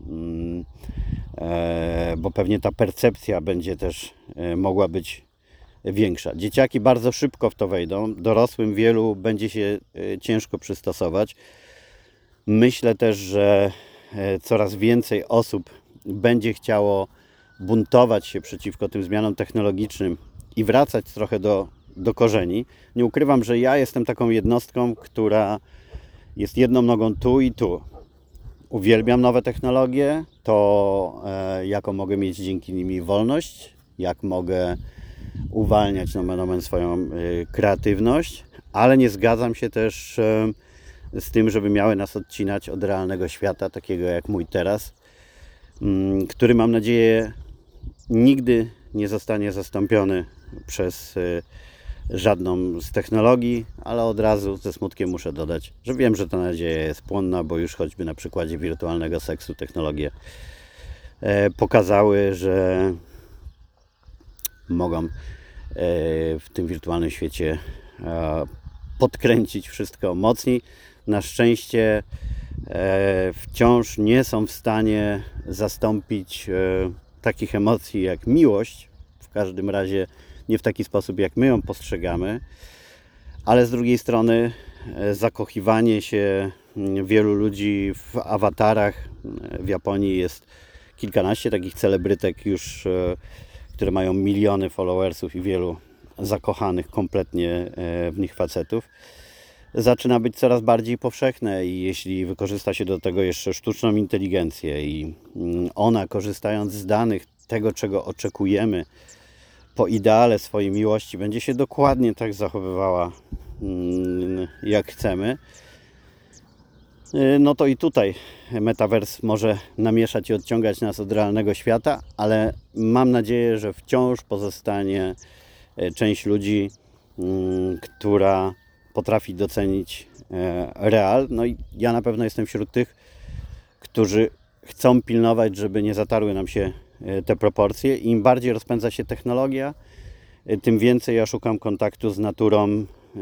bo pewnie ta percepcja będzie też mogła być większa. Dzieciaki bardzo szybko w to wejdą, dorosłym wielu będzie się ciężko przystosować. Myślę też, że coraz więcej osób będzie chciało buntować się przeciwko tym zmianom technologicznym i wracać trochę do korzeni. Nie ukrywam, że ja jestem taką jednostką, która jest jedną nogą tu i tu. Uwielbiam nowe technologie, to jaką mogę mieć dzięki nimi wolność, jak mogę uwalniać swoją kreatywność, ale nie zgadzam się też z tym, żeby miały nas odcinać od realnego świata, takiego jak mój teraz, który mam nadzieję nigdy nie zostanie zastąpiony przez żadną z technologii, ale od razu ze smutkiem muszę dodać, że wiem, że ta nadzieja jest płonna, bo już choćby na przykładzie wirtualnego seksu technologie pokazały, że mogą w tym wirtualnym świecie podkręcić wszystko mocniej. Na szczęście wciąż nie są w stanie zastąpić takich emocji jak miłość, w każdym razie nie w taki sposób, jak my ją postrzegamy, ale z drugiej strony zakochiwanie się wielu ludzi w awatarach. W Japonii jest kilkanaście takich celebrytek już, które mają miliony followersów i wielu zakochanych kompletnie w nich facetów. Zaczyna być coraz bardziej powszechne i jeśli wykorzysta się do tego jeszcze sztuczną inteligencję i ona, korzystając z danych, tego czego oczekujemy po ideale swojej miłości, będzie się dokładnie tak zachowywała jak chcemy, no to i tutaj Metaverse może namieszać i odciągać nas od realnego świata, ale mam nadzieję, że wciąż pozostanie część ludzi, która potrafi docenić real. No i ja na pewno jestem wśród tych, którzy chcą pilnować, żeby nie zatarły nam się te proporcje. Im bardziej rozpędza się technologia, tym więcej ja szukam kontaktu z naturą,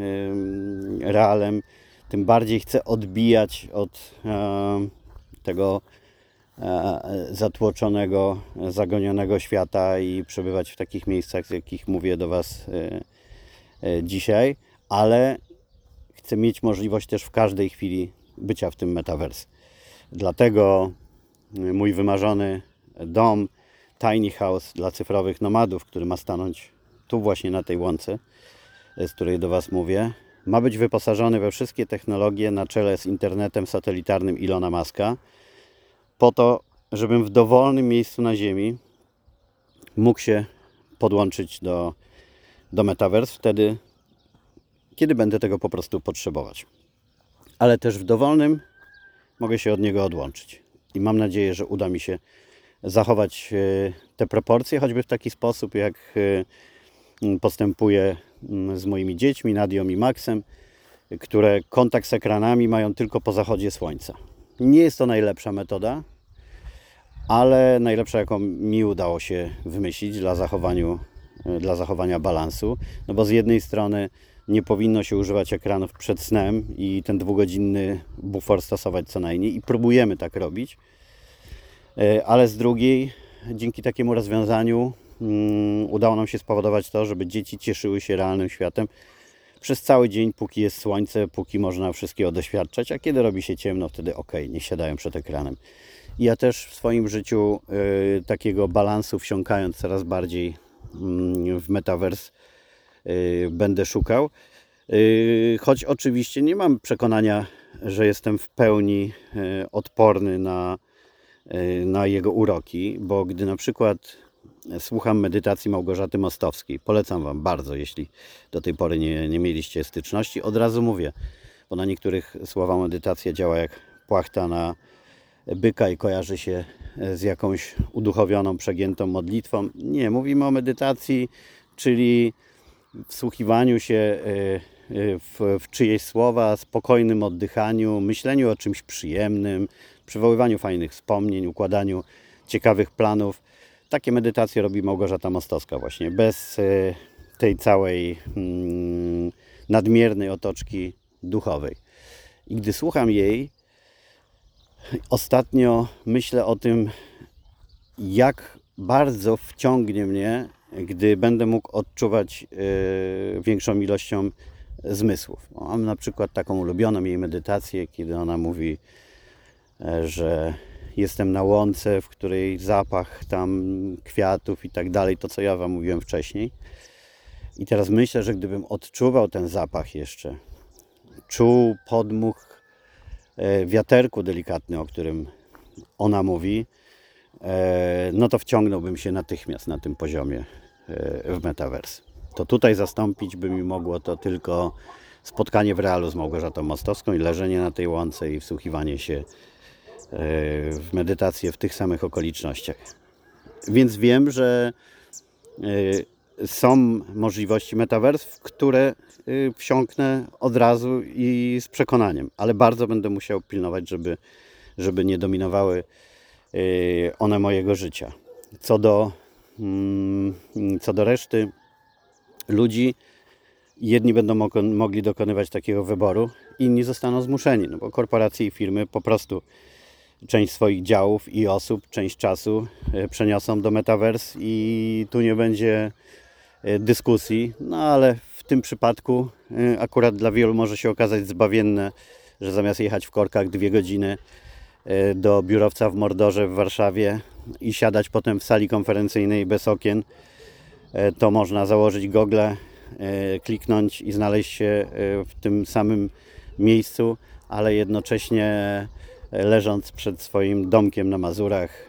realem, tym bardziej chcę odbijać od tego zatłoczonego, zagonionego świata i przebywać w takich miejscach, z jakich mówię do Was dzisiaj, ale chcę mieć możliwość też w każdej chwili bycia w tym metaverse. Dlatego mój wymarzony dom, tiny house dla cyfrowych nomadów, który ma stanąć tu właśnie na tej łące, z której do Was mówię, ma być wyposażony we wszystkie technologie na czele z internetem satelitarnym Ilona Muska, po to, żebym w dowolnym miejscu na Ziemi mógł się podłączyć do metaverse wtedy, kiedy będę tego po prostu potrzebować. Ale też w dowolnym mogę się od niego odłączyć. I mam nadzieję, że uda mi się zachować te proporcje, choćby w taki sposób, jak postępuję z moimi dziećmi, Nadią i Maxem, które kontakt z ekranami mają tylko po zachodzie słońca. Nie jest to najlepsza metoda, ale najlepsza, jaką mi udało się wymyślić dla zachowania balansu. No bo z jednej strony nie powinno się używać ekranów przed snem i ten 2-godzinny bufor stosować co najmniej i próbujemy tak robić, ale z drugiej, dzięki takiemu rozwiązaniu udało nam się spowodować to, żeby dzieci cieszyły się realnym światem przez cały dzień, póki jest słońce, póki można wszystkiego doświadczać, a kiedy robi się ciemno, wtedy niech siadają przed ekranem. I ja też w swoim życiu takiego balansu, wsiąkając coraz bardziej w metaverse, będę szukał. Choć oczywiście nie mam przekonania, że jestem w pełni odporny na jego uroki, bo gdy na przykład słucham medytacji Małgorzaty Mostowskiej, polecam Wam bardzo, jeśli do tej pory nie mieliście styczności, od razu mówię, bo na niektórych słowa medytacja działa jak płachta na byka i kojarzy się z jakąś uduchowioną, przegiętą modlitwą. Nie, mówimy o medytacji, czyli wsłuchiwaniu się w czyjeś słowa, spokojnym oddychaniu, myśleniu o czymś przyjemnym, przywoływaniu fajnych wspomnień, układaniu ciekawych planów. Takie medytacje robi Małgorzata Mostowska właśnie, bez tej całej nadmiernej otoczki duchowej. I gdy słucham jej, ostatnio myślę o tym, jak bardzo wciągnie mnie, gdy będę mógł odczuwać większą ilością zmysłów. Mam na przykład taką ulubioną jej medytację, kiedy ona mówi, że jestem na łące, w której zapach tam kwiatów i tak dalej, to co ja Wam mówiłem wcześniej. I teraz myślę, że gdybym odczuwał ten zapach jeszcze, czuł podmuch wiaterku delikatny, o którym ona mówi, no to wciągnąłbym się natychmiast na tym poziomie w metaverse. To tutaj zastąpić by mi mogło to tylko spotkanie w realu z Małgorzatą Mostowską i leżenie na tej łące i wsłuchiwanie się w medytację w tych samych okolicznościach. Więc wiem, że są możliwości metaverse, w które wsiąknę od razu i z przekonaniem, ale bardzo będę musiał pilnować, żeby nie dominowały one mojego życia. Co do reszty ludzi, jedni będą mogli dokonywać takiego wyboru, inni zostaną zmuszeni, no bo korporacje i firmy po prostu część swoich działów i osób, część czasu przeniosą do metaverse i tu nie będzie dyskusji, no ale w tym przypadku akurat dla wielu może się okazać zbawienne, że zamiast jechać w korkach 2 godziny do biurowca w Mordorze w Warszawie i siadać potem w sali konferencyjnej bez okien, to można założyć gogle, kliknąć i znaleźć się w tym samym miejscu, ale jednocześnie leżąc przed swoim domkiem na Mazurach,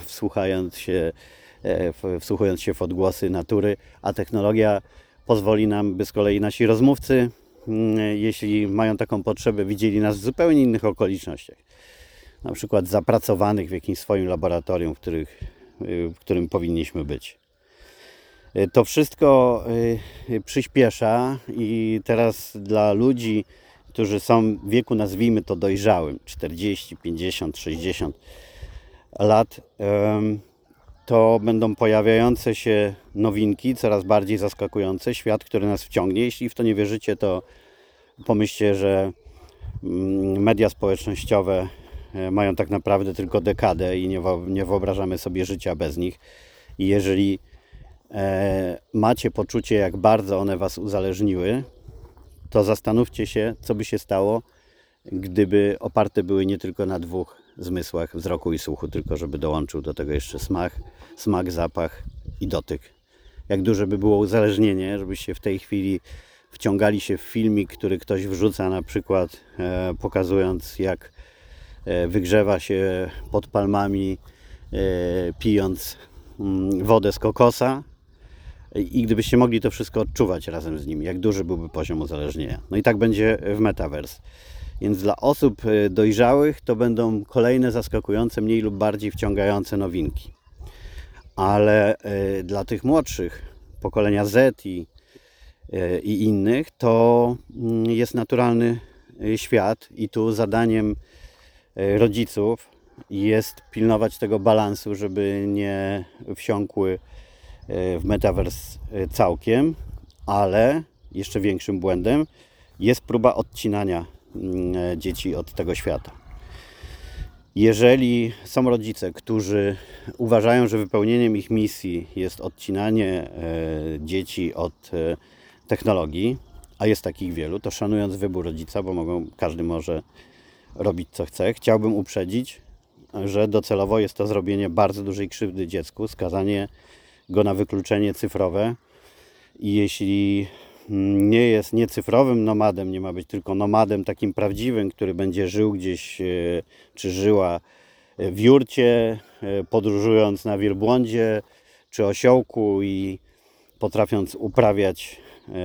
wsłuchując się w odgłosy natury, a technologia pozwoli nam, by z kolei nasi rozmówcy, jeśli mają taką potrzebę, widzieli nas w zupełnie innych okolicznościach. Na przykład zapracowanych w jakimś swoim laboratorium, w którym powinniśmy być. To wszystko przyspiesza i teraz dla ludzi, którzy są w wieku, nazwijmy to dojrzałym, 40, 50, 60, lat to będą pojawiające się nowinki, coraz bardziej zaskakujące, świat, który nas wciągnie. Jeśli w to nie wierzycie, to pomyślcie, że media społecznościowe mają tak naprawdę tylko dekadę i nie wyobrażamy sobie życia bez nich. I jeżeli macie poczucie, jak bardzo one was uzależniły, to zastanówcie się, co by się stało, gdyby oparte były nie tylko na dwóch zmysłach, wzroku i słuchu, tylko żeby dołączył do tego jeszcze smak, zapach i dotyk. Jak duże by było uzależnienie, żebyście w tej chwili wciągali się w filmik, który ktoś wrzuca, na przykład pokazując, jak wygrzewa się pod palmami, pijąc wodę z kokosa, i gdybyście mogli to wszystko odczuwać razem z nim, jak duży byłby poziom uzależnienia. No i tak będzie w Metaverse. Więc dla osób dojrzałych to będą kolejne zaskakujące, mniej lub bardziej wciągające nowinki. Ale dla tych młodszych, pokolenia Z i innych, to jest naturalny świat i tu zadaniem rodziców jest pilnować tego balansu, żeby nie wsiąkły w Metaverse całkiem, ale jeszcze większym błędem jest próba odcinania dzieci od tego świata. Jeżeli są rodzice, którzy uważają, że wypełnieniem ich misji jest odcinanie dzieci od technologii, a jest takich wielu, to szanując wybór rodzica, bo każdy może robić co chce, chciałbym uprzedzić, że docelowo jest to zrobienie bardzo dużej krzywdy dziecku, skazanie go na wykluczenie cyfrowe. I jeśli nie jest niecyfrowym nomadem, nie ma być tylko nomadem takim prawdziwym, który będzie żył gdzieś, czy żyła w jurcie, podróżując na wielbłądzie, czy osiołku i potrafiąc uprawiać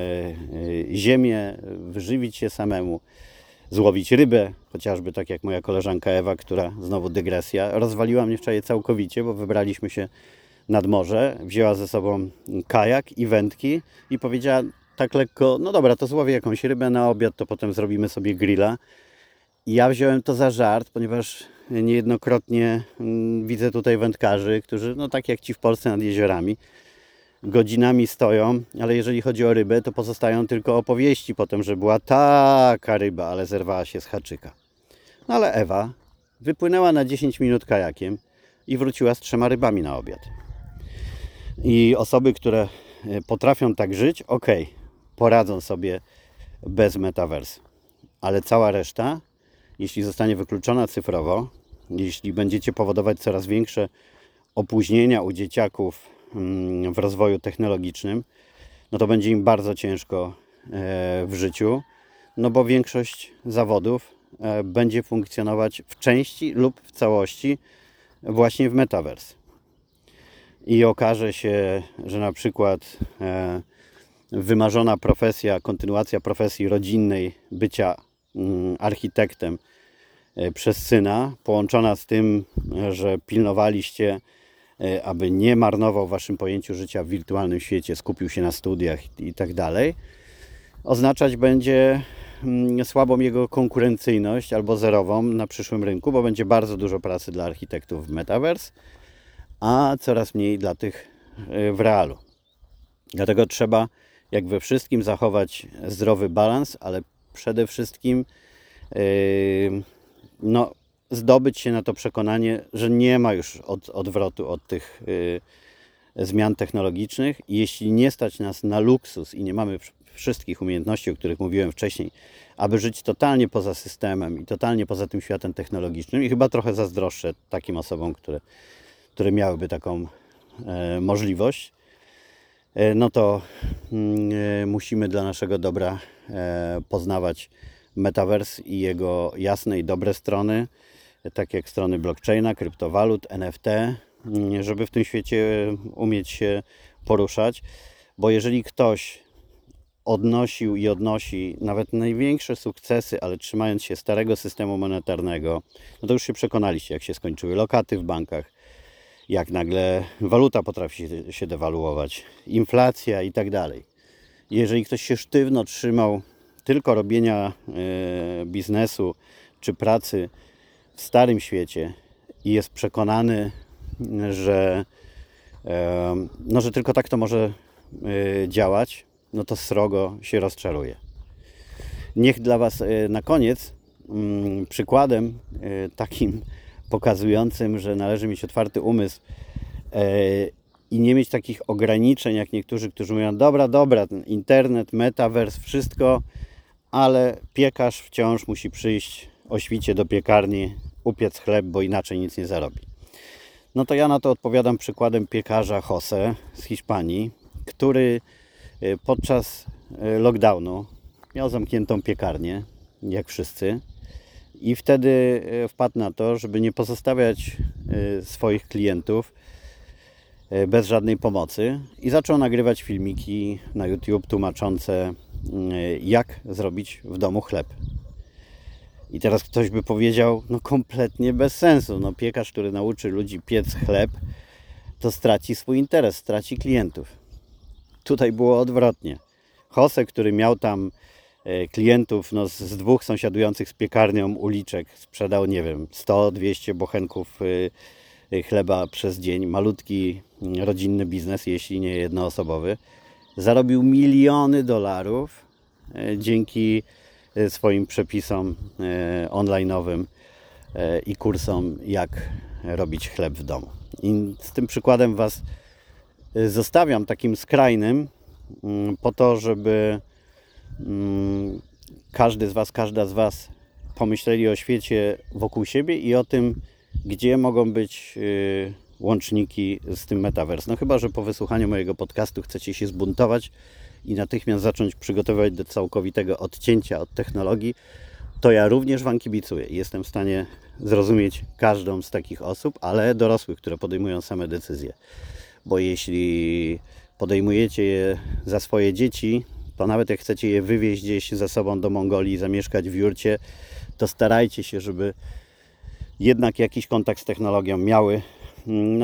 ziemię, wyżywić się samemu, złowić rybę, chociażby tak jak moja koleżanka Ewa, która, znowu dygresja, rozwaliła mnie wczoraj całkowicie, bo wybraliśmy się nad morze, wzięła ze sobą kajak i wędki i powiedziała tak lekko, no dobra, to złowię jakąś rybę na obiad, to potem zrobimy sobie grilla. I ja wziąłem to za żart, ponieważ niejednokrotnie widzę tutaj wędkarzy, którzy, no tak jak ci w Polsce nad jeziorami, godzinami stoją, ale jeżeli chodzi o rybę, to pozostają tylko opowieści potem, że była taka ryba, ale zerwała się z haczyka. No ale Ewa wypłynęła na 10 minut kajakiem i wróciła z 3 rybami na obiad. I osoby, które potrafią tak żyć, poradzą sobie bez metaverse. Ale cała reszta, jeśli zostanie wykluczona cyfrowo, jeśli będziecie powodować coraz większe opóźnienia u dzieciaków w rozwoju technologicznym, no to będzie im bardzo ciężko w życiu, no bo większość zawodów będzie funkcjonować w części lub w całości właśnie w metaverse. I okaże się, że na przykład wymarzona profesja, kontynuacja profesji rodzinnej, bycia architektem przez syna, połączona z tym, że pilnowaliście, aby nie marnował w waszym pojęciu życia w wirtualnym świecie, skupił się na studiach i tak dalej, oznaczać będzie słabą jego konkurencyjność albo zerową na przyszłym rynku, bo będzie bardzo dużo pracy dla architektów w metaverse, a coraz mniej dla tych w realu. Dlatego trzeba, jak we wszystkim, zachować zdrowy balans, ale przede wszystkim zdobyć się na to przekonanie, że nie ma już odwrotu od tych zmian technologicznych. I jeśli nie stać nas na luksus i nie mamy wszystkich umiejętności, o których mówiłem wcześniej, aby żyć totalnie poza systemem i totalnie poza tym światem technologicznym, i chyba trochę zazdroszczę takim osobom, które miałyby taką możliwość, no to musimy dla naszego dobra poznawać metaverse i jego jasne i dobre strony, tak jak strony blockchaina, kryptowalut, NFT, żeby w tym świecie umieć się poruszać, bo jeżeli ktoś odnosił i odnosi nawet największe sukcesy, ale trzymając się starego systemu monetarnego, no to już się przekonaliście, jak się skończyły lokaty w bankach, jak nagle waluta potrafi się dewaluować, inflacja i tak dalej. Jeżeli ktoś się sztywno trzymał tylko robienia biznesu czy pracy w starym świecie i jest przekonany, że, że tylko tak to może działać, no to srogo się rozczaruje. Niech dla Was na koniec przykładem takim pokazującym, że należy mieć otwarty umysł i nie mieć takich ograniczeń jak niektórzy, którzy mówią, dobra, ten internet, metavers, wszystko, ale piekarz wciąż musi przyjść o świcie do piekarni, upiec chleb, bo inaczej nic nie zarobi. No to ja na to odpowiadam przykładem piekarza Jose z Hiszpanii, który podczas lockdownu miał zamkniętą piekarnię, jak wszyscy, i wtedy wpadł na to, żeby nie pozostawiać swoich klientów bez żadnej pomocy i zaczął nagrywać filmiki na YouTube tłumaczące, jak zrobić w domu chleb. I teraz ktoś by powiedział, no kompletnie bez sensu. No piekarz, który nauczy ludzi piec chleb, to straci swój interes, straci klientów. Tutaj było odwrotnie. Jose, który miał tam klientów z dwóch sąsiadujących z piekarnią uliczek, sprzedał, nie wiem, 100-200 bochenków chleba przez dzień. Malutki, rodzinny biznes, jeśli nie jednoosobowy. Zarobił miliony dolarów dzięki swoim przepisom online'owym i kursom, jak robić chleb w domu. I z tym przykładem Was zostawiam takim skrajnym, po to, żeby każdy z Was, każda z Was pomyśleli o świecie wokół siebie i o tym, gdzie mogą być łączniki z tym metaverse. No chyba, że po wysłuchaniu mojego podcastu chcecie się zbuntować i natychmiast zacząć przygotowywać do całkowitego odcięcia od technologii, to ja również Wam kibicuję i jestem w stanie zrozumieć każdą z takich osób, ale dorosłych, które podejmują same decyzje. Bo jeśli podejmujecie je za swoje dzieci, to nawet jak chcecie je wywieźć gdzieś ze sobą do Mongolii i zamieszkać w jurcie, to starajcie się, żeby jednak jakiś kontakt z technologią miały, no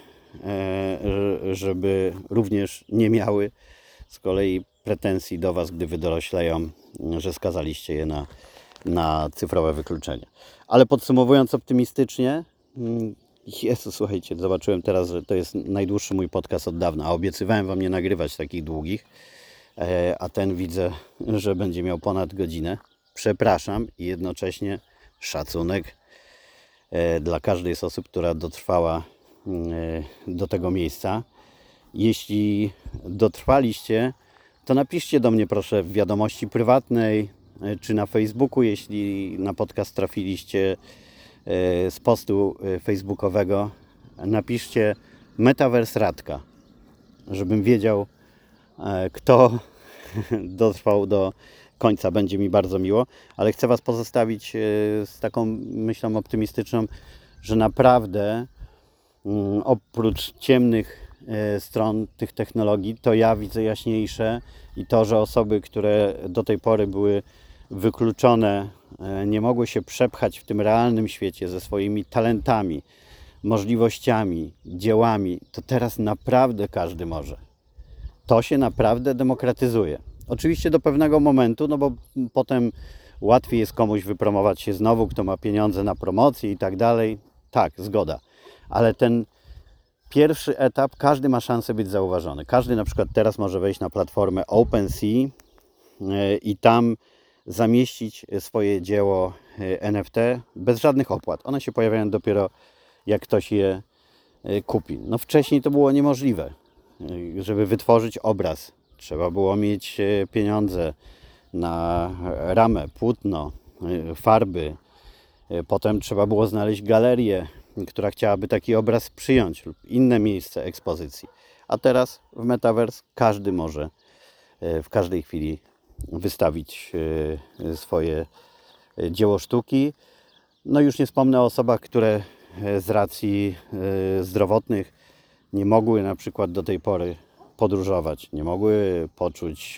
żeby również nie miały z kolei pretensji do Was, gdy Wy dorośleją, że skazaliście je na cyfrowe wykluczenie. Ale podsumowując optymistycznie, słuchajcie, zobaczyłem teraz, że to jest najdłuższy mój podcast od dawna, a obiecywałem Wam nie nagrywać takich długich, a ten widzę, że będzie miał ponad godzinę. Przepraszam i jednocześnie szacunek dla każdej z osób, która dotrwała do tego miejsca. Jeśli dotrwaliście, to napiszcie do mnie proszę w wiadomości prywatnej czy na Facebooku, jeśli na podcast trafiliście z postu facebookowego. Napiszcie Metaverse Radka, żebym wiedział, kto dotrwał do końca. Będzie mi bardzo miło, ale chcę Was pozostawić z taką myślą optymistyczną, że naprawdę oprócz ciemnych stron tych technologii, to ja widzę jaśniejsze i to, że osoby, które do tej pory były wykluczone, nie mogły się przepchać w tym realnym świecie ze swoimi talentami, możliwościami, dziełami, to teraz naprawdę każdy może. To się naprawdę demokratyzuje. Oczywiście do pewnego momentu, no bo potem łatwiej jest komuś wypromować się znowu, kto ma pieniądze na promocję i tak dalej. Tak, zgoda. Ale ten pierwszy etap, każdy ma szansę być zauważony. Każdy na przykład teraz może wejść na platformę OpenSea i tam zamieścić swoje dzieło NFT bez żadnych opłat. One się pojawiają dopiero jak ktoś je kupi. No wcześniej to było niemożliwe. Żeby wytworzyć obraz, trzeba było mieć pieniądze na ramę, płótno, farby. Potem trzeba było znaleźć galerię, która chciałaby taki obraz przyjąć lub inne miejsce ekspozycji. A teraz w Metaverse każdy może w każdej chwili wystawić swoje dzieło sztuki. No już nie wspomnę o osobach, które z racji zdrowotnych nie mogły na przykład do tej pory podróżować, nie mogły poczuć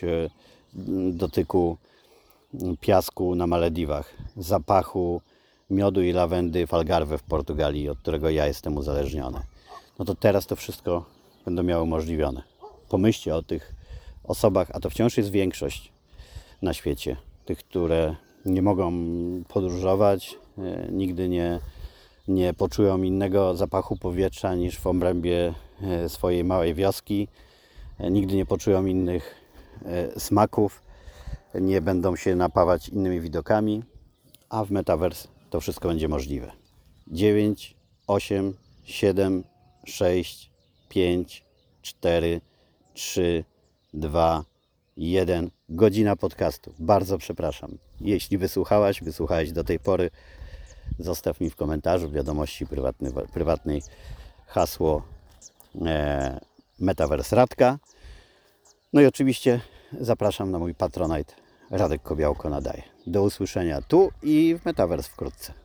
dotyku piasku na Malediwach, zapachu miodu i lawendy w Algarve w Portugalii, od którego ja jestem uzależniony. No to teraz to wszystko będą miały umożliwione. Pomyślcie o tych osobach, a to wciąż jest większość na świecie, tych, które nie mogą podróżować, nigdy nie nie poczują innego zapachu powietrza niż w obrębie swojej małej wioski. Nigdy nie poczują innych smaków, nie będą się napawać innymi widokami, a w Metaverse to wszystko będzie możliwe. 9, 8, 7, 6, 5, 4, 3, 2, 1. Godzina podcastu. Bardzo przepraszam. Jeśli wysłuchałeś do tej pory, zostaw mi w komentarzu, w wiadomości prywatnej hasło Metaverse Radka. No i oczywiście zapraszam na mój Patronite. Radek Kobiałko nadaje. Do usłyszenia tu i w Metaverse wkrótce.